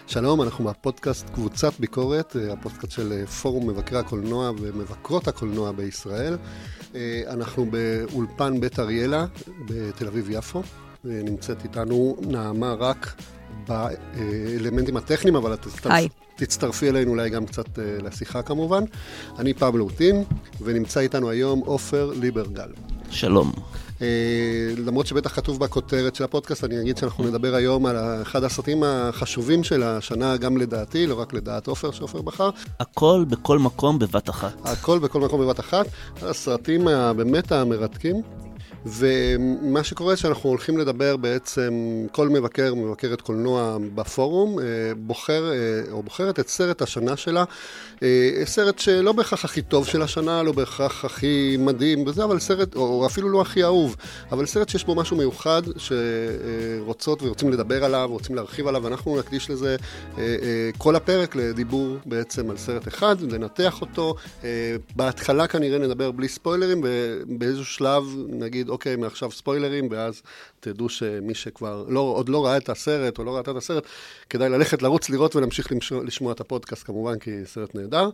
שלום, אנחנו בפודקאסט קבוצת ביקורת, הפודקאסט של פורום מבקרי הקולנוע ומבקרות הקולנוע בישראל. אנחנו באולפן בית אריאלה בתל אביב יפו, ונמצאת איתנו נעמה רק באלמנטים הטכניים, אבל תצטרפי אלינו אולי גם קצת לשיחה כמובן. אני פאבלו אוטין, ונמצא איתנו היום עופר ליברגל. שלום. למרות שבטח כתוב בכותרת של הפודקאסט, אני אגיד שאנחנו נדבר היום על אחד הסרטים החשובים של השנה, גם לדעתי, לא רק לדעת עופר שעופר בחר. הכל בכל מקום בבת אחת. הכל בכל מקום בבת אחת. הסרטים באמת המרתקים. ומה שקורה שאנחנו הולכים לדבר בעצם, כל מבקרת קולנוע בפורום, בוחרת את סרט השנה שלה, סרט שלא בהכרח הכי טוב של השנה, לא בהכרח הכי מדהים וזה, אבל סרט, או אפילו לא הכי אהוב, אבל סרט שיש בו משהו מיוחד שרוצות ורוצים לדבר עליו, רוצים להרחיב עליו, ואנחנו נקדיש לזה כל הפרק לדיבור בעצם על סרט אחד, לנתח אותו. בהתחלה כנראה נדבר בלי ספוילרים, ובאיזשהו שלב נגיד, אוקיי, מעכשיו ספוילרים, ואז תדעו שמי שכבר עוד לא ראה את הסרט, או לא ראתה את הסרט, כדאי ללכת לרוץ לראות ולהמשיך לשמוע את הפודקאסט כמובן, כי סרט נהדר.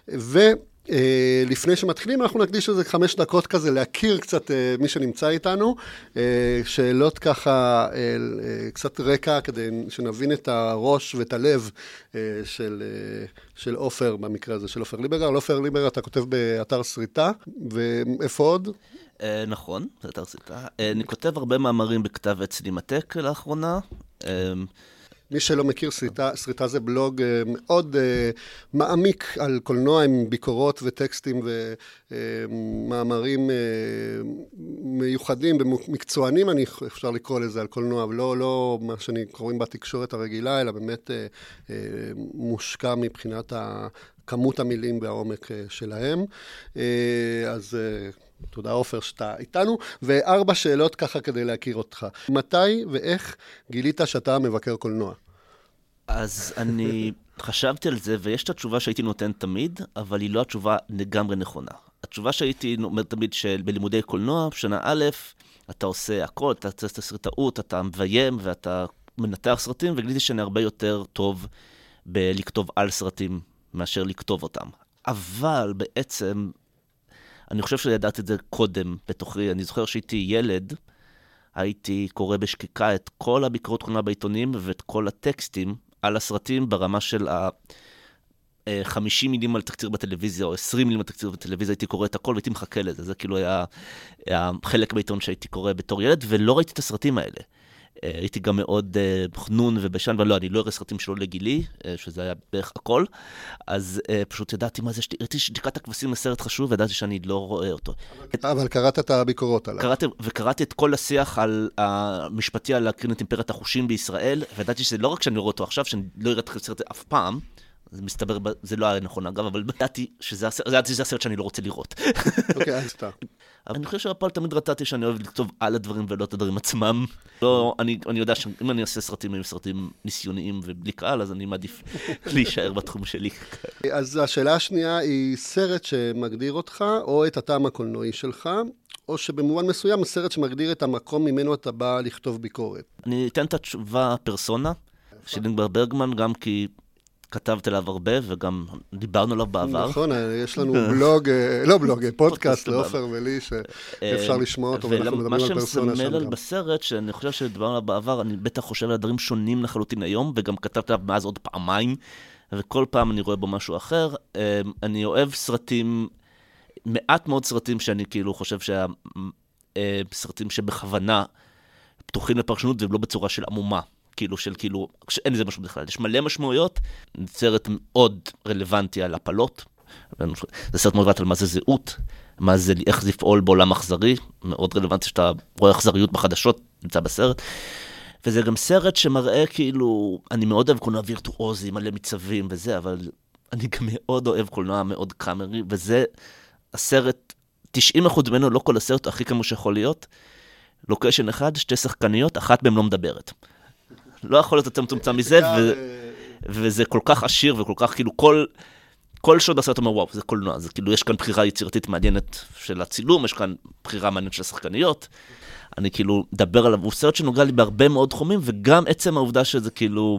ולפני שמתחילים, אנחנו נקדיש איזה 5 דקות כזה, להכיר קצת מי שנמצא איתנו, שאלות ככה, קצת רקע, כדי שנבין את הראש ואת הלב של עופר, במקרה הזה של עופר ליברגל. עופר ליברגל, אתה כותב באתר סריטה, ואיפה עוד? נכון, זה אתר סריטה. אני כותב הרבה מאמרים בכתב עת סינמטק לאחרונה. מי שלא מכיר, סריטה זה בלוג מאוד מעמיק על קולנוע עם ביקורות וטקסטים ומאמרים מיוחדים ומקצוענים, אפשר לקרוא לזה על קולנוע, ולא מה שאני קוראים בתקשורת הרגילה, אלא באמת מושקע מבחינת כמות המילים והעומק שלהם. אז תודה עופר שאתה איתנו, ו4 שאלות ככה כדי להכיר אותך. מתי ואיך גילית שאתה מבקר קולנוע? אז אני חשבתי על זה, ויש את התשובה שהייתי נותן תמיד, אבל היא לא התשובה לגמרי נכונה. התשובה שהייתי אומר תמיד שבלימודי קולנוע, בשנה א', אתה עושה הכל, אתה עושה סרטאות, אתה מביים ואתה מנתח סרטים, וגיליתי שאני הרבה יותר טוב בלכתוב על סרטים מאשר לכתוב אותם. אבל בעצם אני חושב שידעתי את זה קודם בתוכי. אני זוכר שהייתי ילד, הייתי קורא בשקיקה את כל הביקורות קולנוע בעיתונים ואת כל הטקסטים על הסרטים ברמה של 50 מילים על תקציר בטלוויזיה או 20 מילים על תקציר בטלוויזיה, הייתי קורא את הכל והייתי מחכה לזה. זה כאילו היה חלק בעיתון שהייתי קורא בתור ילד, ולא ראיתי את הסרטים האלה. הייתי גם מאוד חנון ובשן, אבל לא, אני לא אראה סרטים שלו לגילי, שזה היה בערך הכל, אז פשוט ידעתי מה זה, ראיתי שתיקת הכבשים לסרט חשוב, וידעתי שאני לא רואה אותו. אבל קראת את הביקורות עליו. וקראתי את כל השיח על המשפטי על להקרין את אימפריית החושים בישראל, וידעתי שזה לא רק שאני רואה אותו עכשיו, שאני לא אראה את הסרט אף פעם, זה מסתבר, זה לא היה נכון אגב, אבל ידעתי שזה הסרט שאני לא רוצה לראות. אוקיי, אז אתה. אבל אני חושב שהפעם תמיד רציתי שאני אוהב לכתוב על הדברים ולא את הדברים עצמם. לא, אני יודע שאם אני אעשה סרטים ניסיוניים ובלי קהל, אז אני מעדיף להישאר בתחום שלי. אז השאלה השנייה היא סרט שמגדיר אותך, או את הטעם הקולנועי שלך, או שבמובן מסוים סרט שמגדיר את המקום ממנו אתה בא לכתוב ביקורת. אני אתן את התשובה פרסונה של אינגמר ברגמן, גם כי כתבת עליו הרבה, וגם דיברנו עליו בעבר. נכון, יש לנו פודקאסט לעופר ולי, שאפשר לשמוע אותו, ואנחנו מדברים על פרסונה שם גם. מה שמסמל בסרט, שאני חושב שדיברנו עליו בעבר, אני בטח חושב על דברים שונים לחלוטין היום, וגם כתבתי עליו מאז עוד פעמיים, וכל פעם אני רואה בו משהו אחר. אני אוהב סרטים, מעט מאוד סרטים שאני כאילו חושב סרטים שבכוונה פתוחים לפרשנות, ולא בצורה של עמומה. כאילו, אין לזה משהו בכלל. יש מלא משמעויות, סרט מאוד רלוונטי על הפלות, זה סרט מאוד רלוונטי על מה זה זהות, איך לפעול בעולם אכזרי, מאוד רלוונטי שאתה רואה אכזריות בחדשות, נמצא בסרט, וזה גם סרט שמראה כאילו, אני מאוד אוהב קולנוע וירטואוזי, מלא מצבים וזה, אבל אני גם מאוד אוהב קולנוע מאוד קאמרי, וזה הסרט, 90% ממנו, לא כל הסרט, הכי כמו שיכול להיות, לוקיישן אחד, 2 שחקניות, אחת מהם לא מדברת. לא יכול להיות יותר מצומצם מזה, וזה כל כך עשיר, וכל כך כאילו כל שוד הסרט אומר, וואו, זה קולנוע, זה כאילו יש כאן בחירה יצירתית מעניינת של הצילום, יש כאן בחירה מעניינת של השחקניות, אני כאילו מדבר עליו, הוא סרט שנוגע לי בהרבה מאוד תחומים, וגם עצם העובדה שזה כאילו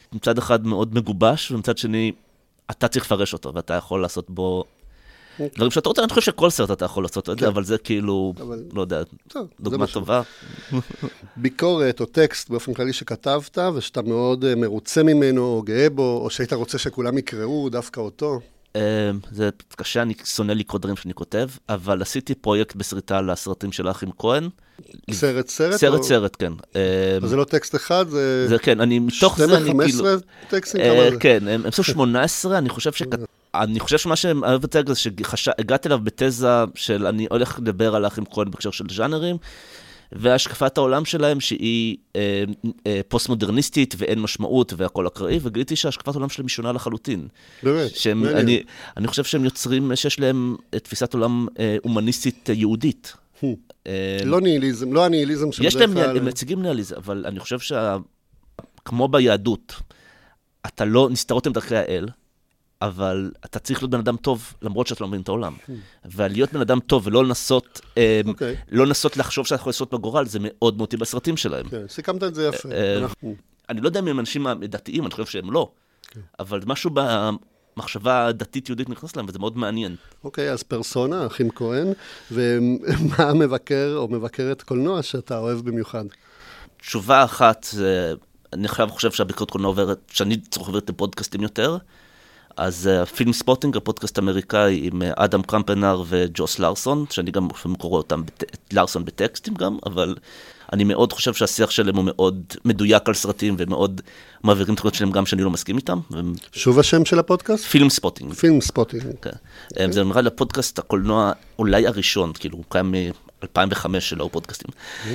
מצד אחד מאוד מגובש, ומצד שני, אתה צריך לפרש אותו, ואתה יכול לעשות בו דברים שאתה רוצה. אני חושב שכל סרט אתה יכול לעשות את זה, אבל זה כאילו, לא יודע, דוגמה טובה. ביקורת או טקסט באופן כללי שכתבת, ושאתה מאוד מרוצה ממנו, או גאה בו, או שהיית רוצה שכולם יקראו דווקא אותו. זה קשה, אני שונא לקרוא דברים שאני כותב, אבל עשיתי פרויקט בסריטה לסרטים של האחים כהן. סרט? סרט, כן. אז זה לא טקסט אחד, זה כן, אני מתוך זה, אני כאילו... 12 טקסטים? כמה זה? כן, הם עשו 18, אני חושב שמה שאני אוהב את זה, זה שהגעתי אליו בתזה של אני הולך לדבר על האחים כהן בהקשר של ז'אנרים, והשקפת העולם שלהם שהיא פוסט-מודרניסטית ואין משמעות והכל אקראי, וגיליתי שהשקפת העולם שלהם היא שונה לחלוטין. באמת? אני חושב שהם יוצרים שיש להם תפיסת עולם הומניסטית יהודית. לא ניהיליזם, לא הניהיליזם יש להם, הם מציגים ניהיליזם, אבל אני חושב כמו ביהדות, אתה לא נסתרות עם דרכי האל, אבל אתה צריך להיות בן אדם טוב, למרות שאתה לא מבין את העולם. ולהיות בן אדם טוב ולא לנסות, לא לנסות לחשוב שאתה יכול לעשות בגורל, זה מאוד מותי בסרטים שלהם. כן, סיכמת את זה יפה. אני לא יודע אם הם אנשים דתיים, אני חושב שהם לא. אבל משהו במחשבה דתית יהודית נכנס להם, וזה מאוד מעניין. אוקיי, אז פרסונה, אחים כהן, ומה המבקר או מבקרת קולנוע שאתה אוהב במיוחד? תשובה אחת, אני חושב שהביקורת קולנוע עוברת, שאני צריך לעבור את הפודקאסטים יותר, אז פילם ספוטינג, הפודקאסט האמריקאי עם אדם קרמפנר וג'וס לארסון, שאני גם קורא אותם, לארסון בטקסטים גם, אבל אני מאוד חושב שהשיח שלהם הוא מאוד מדויק על סרטים, ומאוד מעבירים תכונות שלהם גם שאני לא מסכים איתם. שוב השם של הפודקאסט? פילם ספוטינג. פילם ספוטינג. זה נראה לי הפודקאסט הקולנוע אולי הראשון, כאילו הוא קיים מ-2005 שלו פודקאסטים.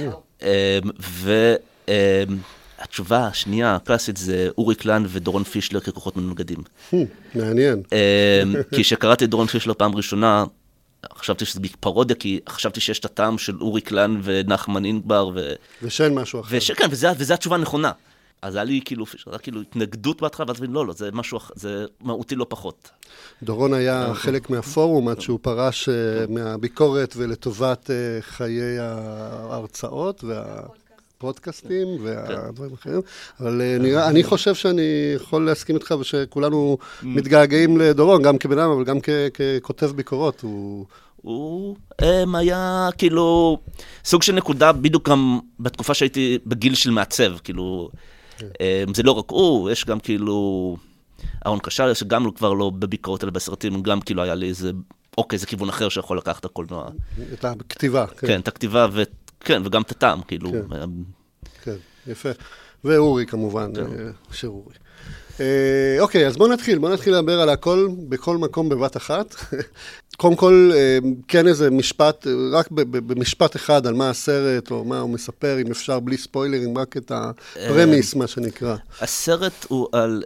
התשובה השנייה הקלאסית זה אורי קלן ודורון פישלר ככוחות מנוגדים. מעניין. כי שקראתי את דורון פישלר פעם ראשונה, חשבתי שזה פרודיה, כי חשבתי שיש את הטעם של אורי קלן ונחמן אינגבר. ושאין משהו אחר. כן, וזו התשובה הנכונה. אז היה לי כאילו התנגדות בהתחלה, ואז לא, זה משהו אחר, זה מהותי לא פחות. דורון היה חלק מהפורום, עד שהוא פרש מהביקורת ולטובת חיי ההרצאות פודקאסטים והדברים אחרים, אבל אני חושב שאני יכול להסכים איתך ושכולנו מתגעגעים לדורון, גם כבן אדם, אבל גם ככותב ביקורות. הוא היה כאילו סוג של נקודה בדיוק גם בתקופה שהייתי בגיל של מעצב, כאילו זה לא רק הוא, יש גם כאילו אהרון קשר, שגם הוא כבר לא בביקורות אלא בסרטים, גם כאילו היה לי איזה, אוקיי, זה כיוון אחר שיכול לקחת את הקולנוע. את הכתיבה. כן, את הכתיבה כן, וגם את הטעם, כאילו. כן, יפה. ואורי כמובן, שיר אורי. אוקיי, אז בוא נתחיל לדבר על הכל, בכל מקום בבת אחת. קודם כל, כן איזה משפט, רק במשפט אחד על מה הסרט, או מה הוא מספר, אם אפשר בלי ספוילרים, רק את הפרמיס, מה שנקרא. הסרט הוא על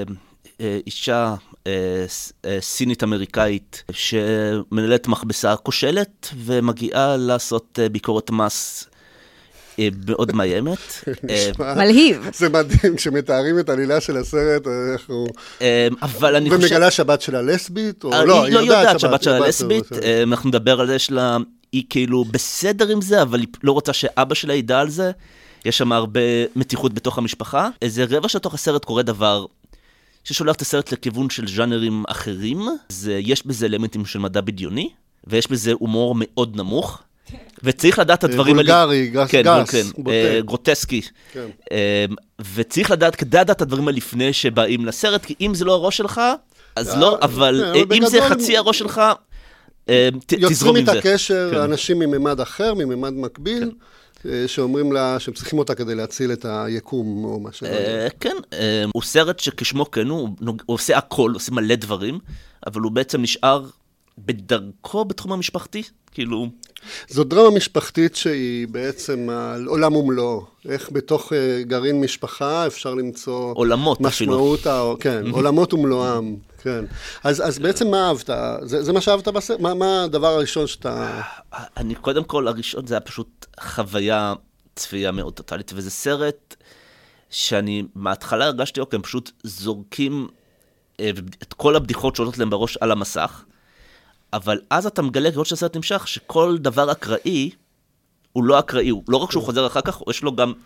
אישה סינית אמריקאית שמנהלת מכבסה כושלת ומגיעה לעשות ביקורת מס מאוד מאיימת. מלהיב. זה מדהים, כשמתארים את העלילה של הסרט, אבל אני חושב... ומגלה שבת שלה לסבית? היא לא יודעת שבת שלה לסבית, אנחנו נדבר על זה שלה, היא כאילו בסדר עם זה, אבל היא לא רוצה שאבא שלה ידע על זה, יש שם הרבה מתיחות בתוך המשפחה. איזה רבע שתוך הסרט קורה דבר ששולח את הסרט לכיוון של ז'אנרים אחרים, יש בזה אלמנטים של מדע בדיוני, ויש בזה הומור מאוד נמוך, וצריך לדעת את הדברים האלה... וולגרי, גס, גרוטסקי. וצריך לדעת, כדאי לדעת את הדברים האלה לפני שבאים לסרט, כי אם זה לא הראש שלך, אז לא, אבל אם זה חצי הראש שלך, תזרום עם זה. יוצרים את הקשר, אנשים מממד אחר, מממד מקביל, שאומרים לה שהם צריכים אותה כדי להציל את היקום או משהו. כן, הוא סרט שכשמו כן, הוא עושה הכל, עושה מלא דברים, אבל הוא בעצם נשאר בדרכו בתחום המשפחתי, כאילו... זו דרמה משפחתית שהיא בעצם על עולם ומלואו. איך בתוך גרעין משפחה אפשר למצוא... עולמות משמעות, כן, עולמות ומלואם, כן. אז בעצם מה אהבת? זה מה שאהבת בסרט? מה הדבר הראשון שאתה... אני קודם כל, הראשון זה היה פשוט חוויה צפייה מאוד טוטלית, וזה סרט שאני מההתחלה הרגשתי, אוקיי, הם פשוט זורקים את כל הבדיחות שעולות להם בראש על המסך, אבל אז אתה מגלה כאות שהסרט נמשך, שכל דבר אקראי, הוא לא אקראי, לא רק שהוא חוזר אחר כך, יש לו גם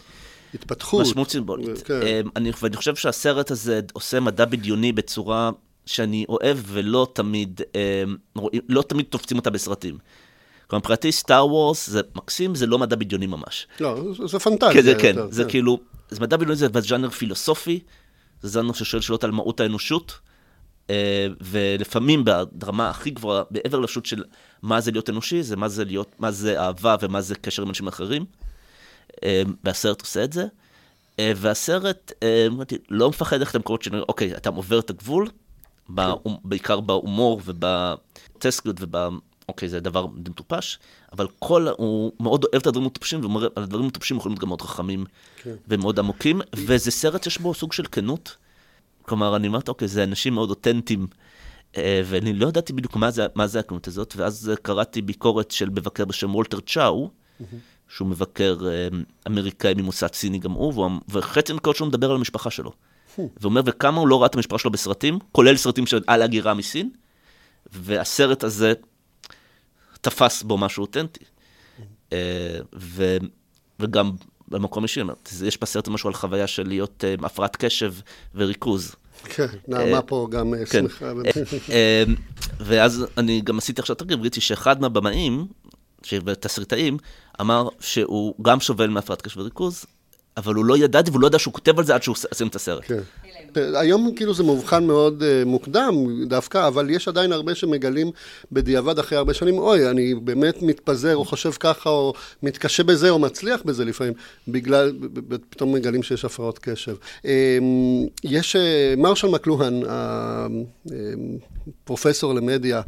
התפתחות. משמעות סימבולית. ואני חושב שהסרט הזה עושה מדע בדיוני בצורה שאני אוהב ולא תמיד, לא תמיד תופסים אותה בסרטים. כלומר, מבחינתי סטאר וורס זה מקסים, זה לא מדע בדיוני ממש. לא, זה פנטזיה. כן, זה כאילו, זה מדע בדיוני, זה ז'אנר פילוסופי, זה ז'אנר ששואל שאלות על מהות האנושות, ולפעמים ברמה הכי גבוהה, בעבר לשוט של מה זה להיות אנושי, זה מה זה אהבה ומה זה קשר עם אנשים אחרים, והסרט עושה את זה, והסרט לא מפחד איך אתם קוראים שנראה, אוקיי, אתה עובר את הגבול, בעיקר בהומור ובטסקיות אוקיי, זה דבר מטופש, אבל הוא מאוד אוהב את הדברים מטופשים, ואומר, על הדברים מטופשים יכולים להיות גם מאוד חכמים ומאוד עמוקים, וזה סרט שיש בו סוג של כנות, כלומר, אני אומרת, אוקיי, זה אנשים מאוד אותנטיים, ואני לא ידעתי בדיוק מה זה הכנות הזאת, ואז קראתי ביקורת של מבקר בשם וולטר צ'או, שהוא מבקר אמריקאי ממוסד סיני גם הוא, וחצי מקורת שהוא מדבר על המשפחה שלו. ואומר, וכמה הוא לא ראה את המשפחה שלו בסרטים, כולל סרטים על הגירה מסין, והסרט הזה תפס בו משהו אותנטי. וגם במקום אישי, יש בסרט משהו על חוויה של להיות הפרעת קשב וריכוז. כן, נעמה פה גם שמחה. ואז אני גם עשיתי עכשיו תרגיל, וגיליתי שאחד מהבמאים, תסריטאים, אמר שהוא גם שובל מהפרעת קשב וריכוז, אבל הוא לא ידעתי, והוא לא ידע שהוא כותב על זה עד שהוא עושים את הסרט. כן. היום כאילו זה מובחן מאוד מוקדם דווקא, אבל יש עדיין הרבה שמגלים בדיעבד אחרי הרבה שנים, אוי, אני באמת מתפזר או חושב ככה, או מתקשה בזה, או מצליח בזה לפעמים, בגלל, פתאום מגלים שיש הפרעות קשב. יש מרשל מקלוהן, פרופסור למדיה,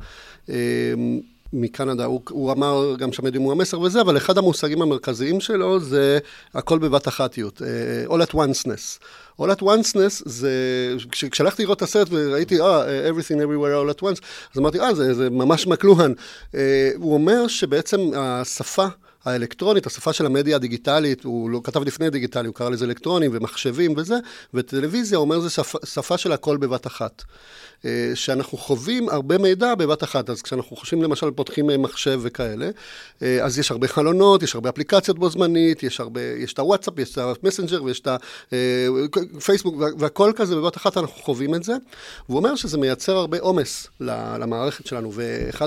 מקנדה, הוא אמר גם שהמדיום הוא המסר וזה, אבל אחד המושגים המרכזיים שלו זה הכל בבת אחתיות, all at onceness. all at onceness זה, כשהלכתי לראות את הסרט וראיתי, everything everywhere all at once, אז אמרתי, זה ממש מקלוהן. הוא אומר שבעצם השפה האלקטרונית, השפה של המדיה הדיגיטלית, הוא לא כתב לפני דיגיטלי, הוא קרא לזה אלקטרונים ומחשבים וזה, וטלוויזיה, הוא אומר, זה שפה של הכל בבת אחת. שאנחנו חווים הרבה מידע בבת אחת, אז כשאנחנו חושבים למשל פותחים מחשב וכאלה, אז יש הרבה חלונות, יש הרבה אפליקציות בו זמנית, יש את הוואטסאפ, יש את המסנג'ר ויש את הפייסבוק, והכל כזה בבת אחת אנחנו חווים את זה, והוא אומר שזה מייצר הרבה עומס למערכת שלנו, ואחד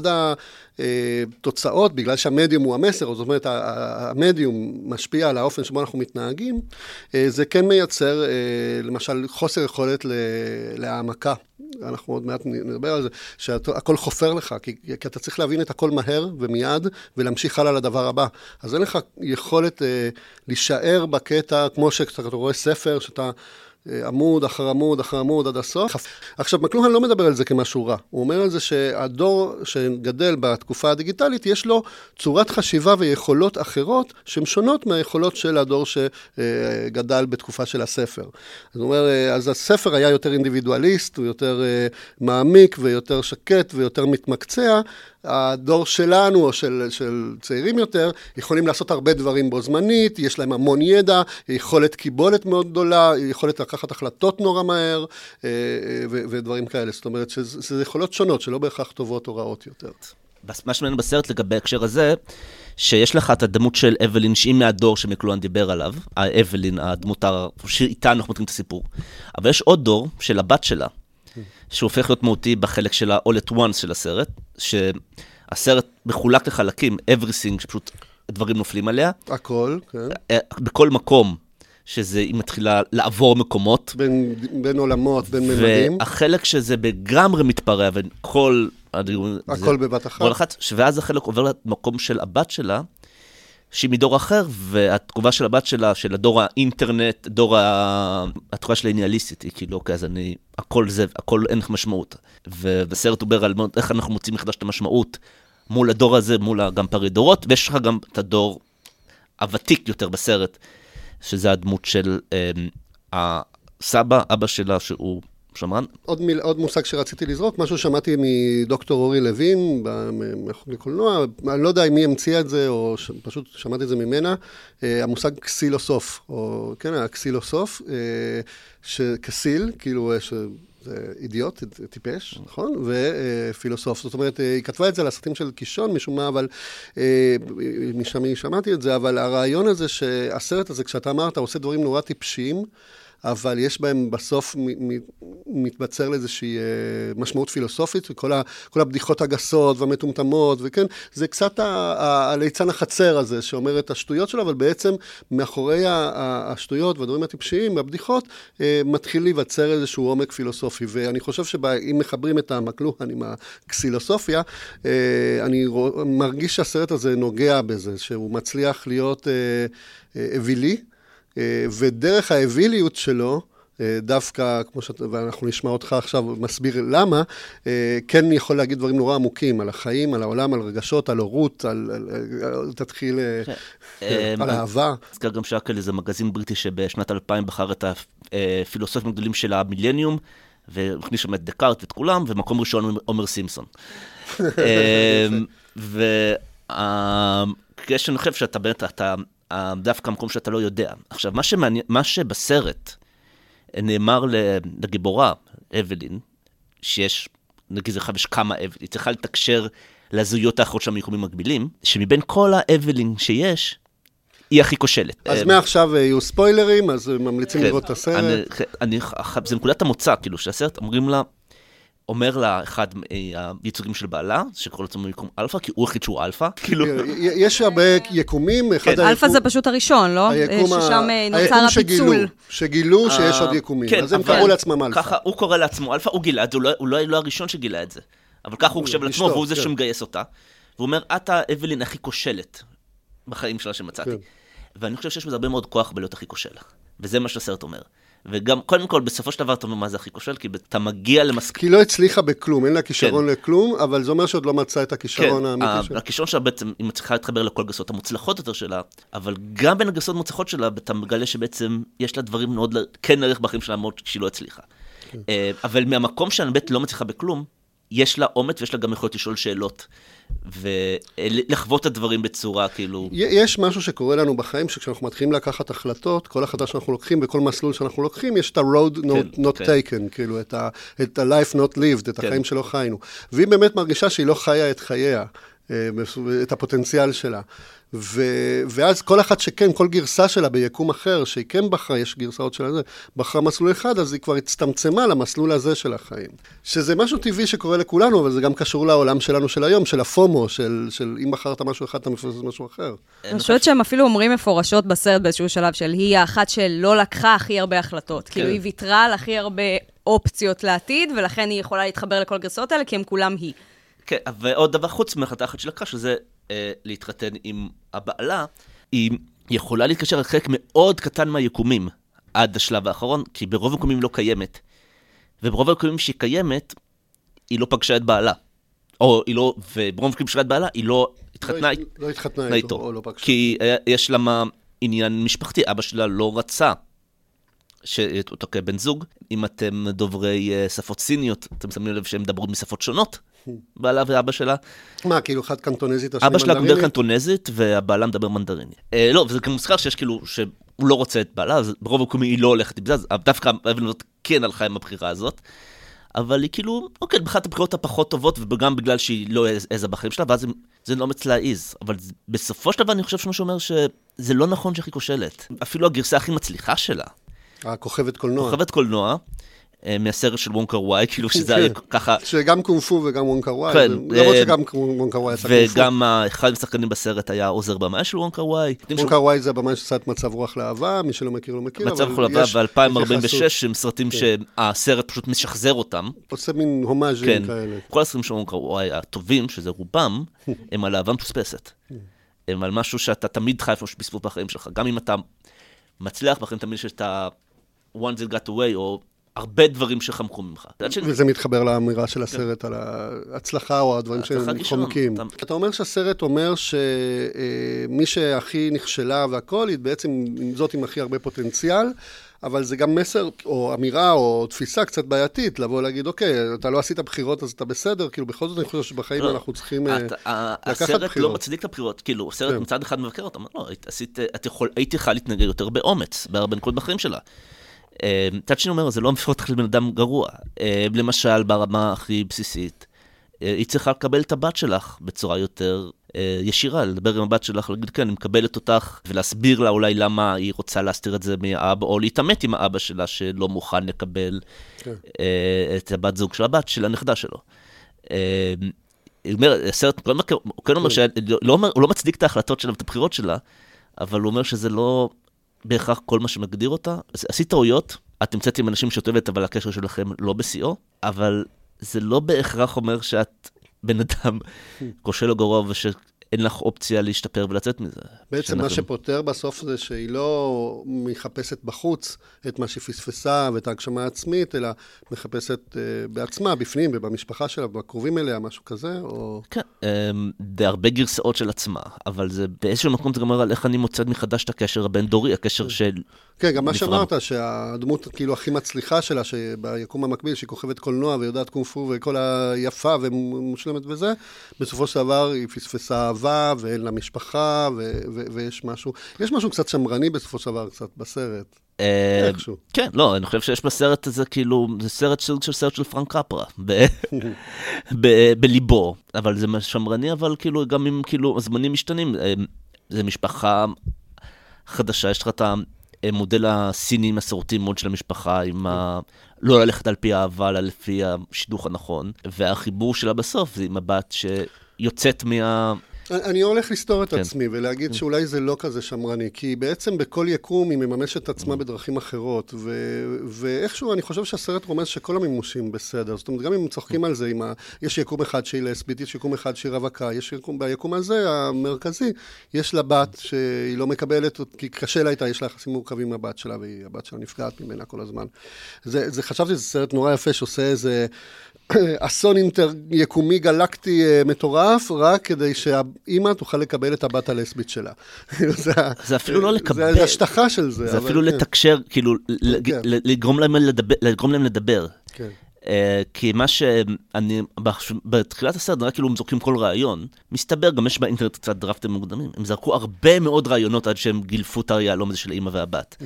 התוצאות, בגלל שהמדיום הוא המסר, זאת אומרת, המדיום משפיע על האופן שבו אנחנו מתנהגים, זה כן מייצר, למשל, חוסר יכולת להעמקה. אנחנו עוד מעט נדבר על זה, שהכל חופר לך, כי אתה צריך להבין את הכל מהר ומיד, ולהמשיך הלאה לדבר הבא. אז אין לך יכולת להישאר בקטע, כמו שאתה רואה ספר, שאתה עמוד אחר עמוד אחר עמוד עד הסוף. עכשיו, מקלוהן לא מדבר על זה כמשהו רע. הוא אומר על זה שהדור שגדל בתקופה הדיגיטלית, יש לו צורת חשיבה ויכולות אחרות, שהן שונות מהיכולות של הדור שגדל בתקופה של הספר. אז הוא אומר, אז הספר היה יותר אינדיבידואליסט, הוא יותר מעמיק ויותר שקט ויותר מתמקצע. הדור שלנו, או של צעירים יותר, יכולים לעשות הרבה דברים בו זמנית, יש להם המון ידע, יכולת קיבולת מאוד גדולה, יכולת לקחת החלטות נורא מהר, ודברים כאלה. זאת אומרת, שזה יכולות שונות, שלא בהכרח טובות או רעות יותר. מה שמעניין בסרט לגבי הקשר הזה, שיש לך את הדמות של אבלין, שהיא מהדור שמקלוהן דיבר עליו, אבלין, הדמות שאיתה אנחנו מכירים את הסיפור. אבל יש עוד דור של הבת שלה, שהוא הופך להיות מהותי בחלק של ה-all at once של הסרט, שהסרט מחולק לחלקים, everything, שפשוט דברים נופלים עליה. הכל, כן. בכל מקום, שזה, היא מתחילה לעבור מקומות. בין עולמות, בין ממדים. והחלק שזה בגמרי מתפרע, וכל... הכל בבת אחת. ואז החלק עובר למקום של הבת שלה, שהיא מדור אחר, והתגובה של הבת שלה, של הדור האינטרנט, התגובה שלה איניאליסטית, היא כאילו, אוקיי, אז הכל זה, הכל אין לך משמעות. ובסרט הוא אומר על איך אנחנו מוצאים מחדש את המשמעות, מול הדור הזה, מול גם פערי דורות, ויש לך גם את הדור הוותיק יותר בסרט, שזה הדמות של הסבא, אבא שלה, שהוא שמרן. עוד מושג שרציתי לזרוק, משהו שמעתי מדוקטור אורי לוין, מהחוג לקולנוע, אני לא יודע אם היא המציאה את זה, או פשוט שמעתי את זה ממנה, המושג קסילוסוף, או כן, הקסילוסוף, שכסיל, כאילו זה אידיוט, טיפש, נכון? ופילוסוף. זאת אומרת, היא כתבה את זה על הסרטים של קישון משום מה, אבל משם שמעתי את זה, אבל הרעיון הזה שהסרט הזה, כשאתה אמרת, עושה דברים נורא טיפשיים, אבל יש בהם בסוף מתבצר לאיזושהי משמעות פילוסופית, כל הבדיחות הגסות והמטומטמות, וכן, זה קצת הליצן החצר הזה, שאומר את השטויות שלו, אבל בעצם מאחורי השטויות והדברים הטיפשיים, הבדיחות, מתחיל להיווצר איזשהו עומק פילוסופי, ואני חושב שאם מחברים את המקלוהן עם הקסילוסופיה, אני מרגיש שהסרט הזה נוגע בזה, שהוא מצליח להיות אווילי, ודרך האוויליות שלו, דווקא, ואנחנו נשמע אותך עכשיו מסביר למה, כן יכול להגיד דברים נורא עמוקים על החיים, על העולם, על רגשות, על הורות, תתחיל על אהבה. הזכר גם שקל איזה מגזין בריטי שבשנת 2000 בחר את הפילוסופים הגדולים של המילניום, והכניס שם את דקארט ואת כולם, ומקום ראשון עומר סימפסון. ויש אני חושב שאתה באמת, דווקא המקום שאתה לא יודע. עכשיו, מה שבסרט נאמר לגיבורה, אבלין, שיש, נגיד לך, יש כמה אבלין, היא צריכה לתקשר לזהויות האחרות של המיקומים מקבילים, שמבין כל האבלין שיש, היא הכי כושלת. אז מעכשיו יהיו ספוילרים, אז ממליצים לראות את הסרט. זה נקודת המוצא, כאילו, שהסרט אומרים לה, אומר לה אחד מהייצוגים של בעלה, שקורא לעצמו יקום אלפא, כי הוא החליט שהוא אלפא. יש הרבה יקומים. אלפא זה פשוט הראשון, לא? ששם נוצר הפיצול. שגילו שיש עוד יקומים. אז הם קראו לעצמם אלפא. ככה הוא קורא לעצמו אלפא, הוא גילה את זה, הוא לא הראשון שגילה את זה. אבל ככה הוא חושב על עצמו, והוא זה שמגייס אותה. והוא אומר, אתה אבלין הכי כושלת בחיים שלה שמצאתי. ואני חושב שיש בזה הרבה מאוד כוח בלהיות הכי כושל. וזה מה שהסרט אומר. וגם, קודם כל, בסופו של דבר, אתה אומר מה זה הכי כושל, כי אתה מגיע למסקנה. כי לא הצליחה בכלום, אין לה כישרון לכלום, אבל זה אומר שעוד לא מצא את הכישרון האמיתי שלה. הכישרון שלה בעצם, היא מצליחה להתחבר לכל גסות המוצלחות יותר שלה, אבל גם בין הגסות המוצלחות שלה, אתה מגלה שבעצם יש לה דברים מאוד, כן נערך בחיים שלה, מאוד שהיא לא הצליחה. אבל מהמקום שאני באמת לא מצליחה בכלום, יש לה אומץ ויש לה גם יכולת לשאול שאלות, ולחוות את הדברים בצורה, כאילו... יש משהו שקורה לנו בחיים, שכשאנחנו מתחילים לקחת החלטות, כל החלטה שאנחנו לוקחים, בכל מסלול שאנחנו לוקחים, יש את ה-road not taken, כאילו, את ה-life not lived, את החיים שלא חיינו. והיא באמת מרגישה שהיא לא חיה את חייה, את הפוטנציאל שלה. ואז כל אחת שכן, כל גרסה שלה ביקום אחר, שהיא כן בחרה, יש גרסאות שלה, בחרה מסלול אחד, אז היא כבר הצטמצמה למסלול הזה של החיים. שזה משהו טבעי שקורה לכולנו, אבל זה גם קשור לעולם שלנו של היום, של הפומו, של אם בחרת משהו אחד, אתה מפספס משהו אחר. אני חושבת שהם אפילו אומרים מפורשות בסרט באיזשהו שלב של היא האחת שלא לקחה הכי הרבה החלטות. כאילו היא ויתרה על הכי הרבה אופציות לעתיד, ולכן היא יכולה להתחבר לכל גרסאות האלה, כי הם כולם היא. כן, ועוד דבר חוץ מהחלטה אחת שלקחה, שזה להתחתן עם הבעלה, היא יכולה להתקשר על חלק מאוד קטן מהיקומים עד השלב האחרון, כי ברוב היקומים לא קיימת. וברוב היקומים שהיא קיימת, היא לא פגשה את בעלה. וברוב היקומים שלה את בעלה, היא לא התחתנה איתו. או לא פגשה. כי יש לה עניין משפחתי, אבא שלה לא רצה אותו כבן זוג. אם אתם דוברי שפות סיניות, אתם שמים לב שהם מדברות משפות שונות, בעלה ואבא שלה. מה, כאילו אחד קנטונזית, השני אבא שלה מנדרינית? מדבר קנטונזית, והבעלה מדבר מנדרינית. לא, וזה גם מוזכר שיש כאילו, שהוא לא רוצה את בעלה, אז ברוב המקומי היא לא הולכת עם זה, אז דווקא אבלנות כן הלכה עם הבחירה הזאת, אבל היא כאילו, אוקיי, באחת הבחירות הפחות טובות, וגם בגלל שהיא לא איזה בחיים שלה, ואז זה לא מצלה איז. אבל בסופו של דבר אני חושב שמה שאומר שזה לא נכון שהיא כושלת. אפילו הגרסה הכי מצליחה שלה. הכוכבת קולנוע. כוכבת קולנוע, מהסרט של וונקר וואי, כאילו שזה היה ככה... שגם קונפו וגם וונקר וואי. כן. למרות שגם וונקר וואי עשה קונפו. וגם אחד המשחקנים בסרט היה עוזר במאי של וונקר וואי. וונקר וואי זה הבמאי שעשה את מצב רוח לאהבה, מי שלא מכיר לא מכיר. מצב רוח לאהבה ב-2046, הם סרטים שהסרט פשוט משחזר אותם. עושה מין הומאז'ים כאלה. כל הסרטים של וונקר וואי הטובים, שזה רובם, הם על אהבה מפוספסת. הם על משהו שאתה תמיד חייב בזכות בחיים שלך. גם אם אתה מצליח בחיים, תמיד שיש את ה-one that got away, או הרבה דברים שחמקו ממך. וזה מתחבר לאמירה של הסרט על ההצלחה או הדברים שהם חומקים. אתה אומר שהסרט אומר שמי שהכי נכשלה והכל, היא בעצם זאת עם הכי הרבה פוטנציאל, אבל זה גם מסר או אמירה או תפיסה קצת בעייתית, לבוא להגיד, אוקיי, אתה לא עשית בחירות, אז אתה בסדר, כאילו בכל זאת אני חושב שבחיים אנחנו צריכים לקחת בחירות. הסרט לא מצדיק את הבחירות, כאילו, הסרט מצד אחד מבקר אותם, לא, הייתי יכולה להתנגד יותר באומץ, בהרבה נקודות בחיים שלה. מצד שני אומר, זה לא מפחות אותך לבן אדם גרוע. למשל, ברמה הכי בסיסית, היא צריכה לקבל את הבת שלך בצורה יותר ישירה, לדבר עם הבת שלך, להגיד, כן, אני מקבלת אותך, ולהסביר לה אולי למה היא רוצה להסתיר את זה מהאבא, או להתאמת עם האבא שלה שלא מוכן לקבל את הבת זוג של הבת, של הנכדה שלו. הסרט, הוא כן אומר, הוא לא מצדיק את ההחלטות שלה ואת הבחירות שלה, אבל הוא אומר שזה לא בהכרח כל מה שמגדיר אותה. עשית טעויות, את נמצאת עם אנשים שאת אוהבת, אבל הקשר שלכם לא בשיאו, אבל זה לא בהכרח אומר שאת בן אדם כושל או גרוע, ושאין לך אופציה להשתפר ולצאת מזה. בעצם מה שפותר בסוף זה שהיא לא מחפשת בחוץ את מה שפספסה ואת ההגשמה העצמית, אלא מחפשת בעצמה, בפנים ובמשפחה שלה, בקרובים אליה, משהו כזה, או... כן, זה הרבה גרסאות של עצמה, אבל זה באיזשהו מקום זה גם אומר על איך אני מוצאת מחדש את הקשר הבין-דורי, הקשר של... כן, גם מה שאמרת, שהדמות כאילו הכי מצליחה שלה, שביקום המקביל, שהיא כוכבת קולנוע ויודעת קונג-פו וכל היפה ומושלמת וזה, בסופו של דבר היא פספסה אהבה ואין לה משפחה, ויש משהו, יש משהו קצת שמרני בסופו של דבר, קצת בסרט. איכשהו. כן, לא, אני חושב שיש בסרט הזה כאילו, זה סרט של פרנק קפרה, בליבו, אבל זה שמרני, אבל כאילו גם אם כאילו הזמנים משתנים, זה משפחה חדשה, יש לך את המודל הסיני מסורתי מאוד של המשפחה, עם לא ללכת על פי האהבה, אלא לפי השידוך הנכון, והחיבור שלה בסוף זה עם הבת שיוצאת אני הולך לסתור את עצמי ולהגיד שאולי זה לא כזה שמרני, כי בעצם בכל יקום היא מממשת את עצמה בדרכים אחרות, ואיכשהו אני חושב שהסרט רומז שכל המימושים בסדר, זאת אומרת, גם אם צוחקים על זה, יש יקום אחד שהיא לסבית, יש יקום אחד שהיא רווקה, ביקום הזה המרכזי, יש לה בת שהיא לא מקבלת, כי קשה לה איתה, יש לה יחסים מורכבים עם הבת שלה, והבת שלה נפגעת ממנה כל הזמן. חשבתי שזה סרט נורא יפה שעושה איזה אסון יקומי גלקטי מטורף, רק כדי שהאימא תוכל לקבל את הבת הלסבית שלה. זה אפילו לא לקבל. זה השטחה של זה. זה אפילו לתקשר, כאילו, לגרום להם לדבר. כי מה שאני, בתחילת הסרט, נראה כאילו הם זורקים כל רעיון, מסתבר, גם יש באינטרנט קצת דרפטים מוקדמים, הם זרקו הרבה מאוד רעיונות עד שהם גילפו את היהלום הזה של האמא והבת.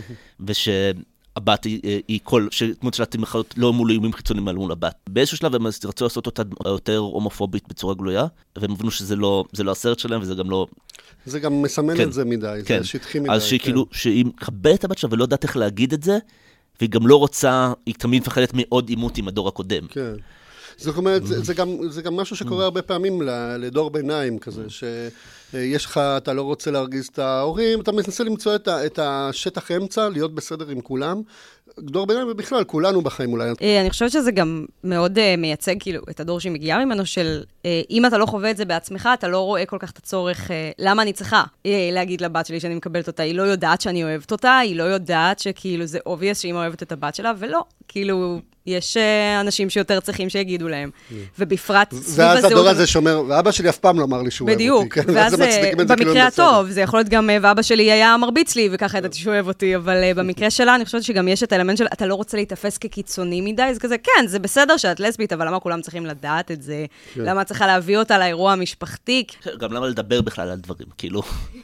הבת היא כל, שתמות שלה תמחלות לא מול איומים חיצוניים מול הבת. באיזשהו שלב הם רצו לעשות אותה יותר הומופובית בצורה גלויה, והם הבינו שזה לא הסרט שלהם, וזה גם לא... זה גם מסמן את זה מדי, זה שטחי מדי. אז שהיא כאילו, שהיא מקבלת את הבת שלה ולא יודעת איך להגיד את זה, והיא גם לא רוצה, היא תמיד מפחדת מעוד עימות עם הדור הקודם. כן. זאת אומרת, זה גם משהו שקורה הרבה פעמים לדור ביניים כזה, שיש לך, אתה לא רוצה להרגיז את ההורים, אתה מנסה למצוא את השטח אמצע, להיות בסדר עם כולם. דור ביניים ובכלל, כולנו בחיים אולי. אני חושבת שזה גם מאוד מייצג כאילו את הדור שהיא מגיעה ממנו של, אם אתה לא חווה את זה בעצמך, אתה לא רואה כל כך את הצורך, למה אני צריכה להגיד לבת שלי שאני מקבלת אותה, היא לא יודעת שאני אוהבת אותה, היא לא יודעת שכאילו זה obvious שהיא אוהבת את הבת שלה, ולא, כאילו... יש אנשים שיותר צריכים שיגידו להם, ובפרט סביב הזהות... ואז הדור הזה שאומר, ואבא שלי אף פעם לא אמר לי שהוא אוהב אותי. בדיוק, ואז במקרה הטוב, זה יכול להיות גם, ואבא שלי היה מרביץ לי, וככה ידעתי שהוא אוהב אותי, אבל במקרה שלה, אני חושבת שגם יש את האלמנט של, אתה לא רוצה להתאפס כקיצוני מדי, זה כזה, כן, זה בסדר שאת לסבית, אבל למה כולם צריכים לדעת את זה? למה צריכה להביא אותה לאירוע המשפחתי? גם למה לדבר בכלל על דברים, כאילו,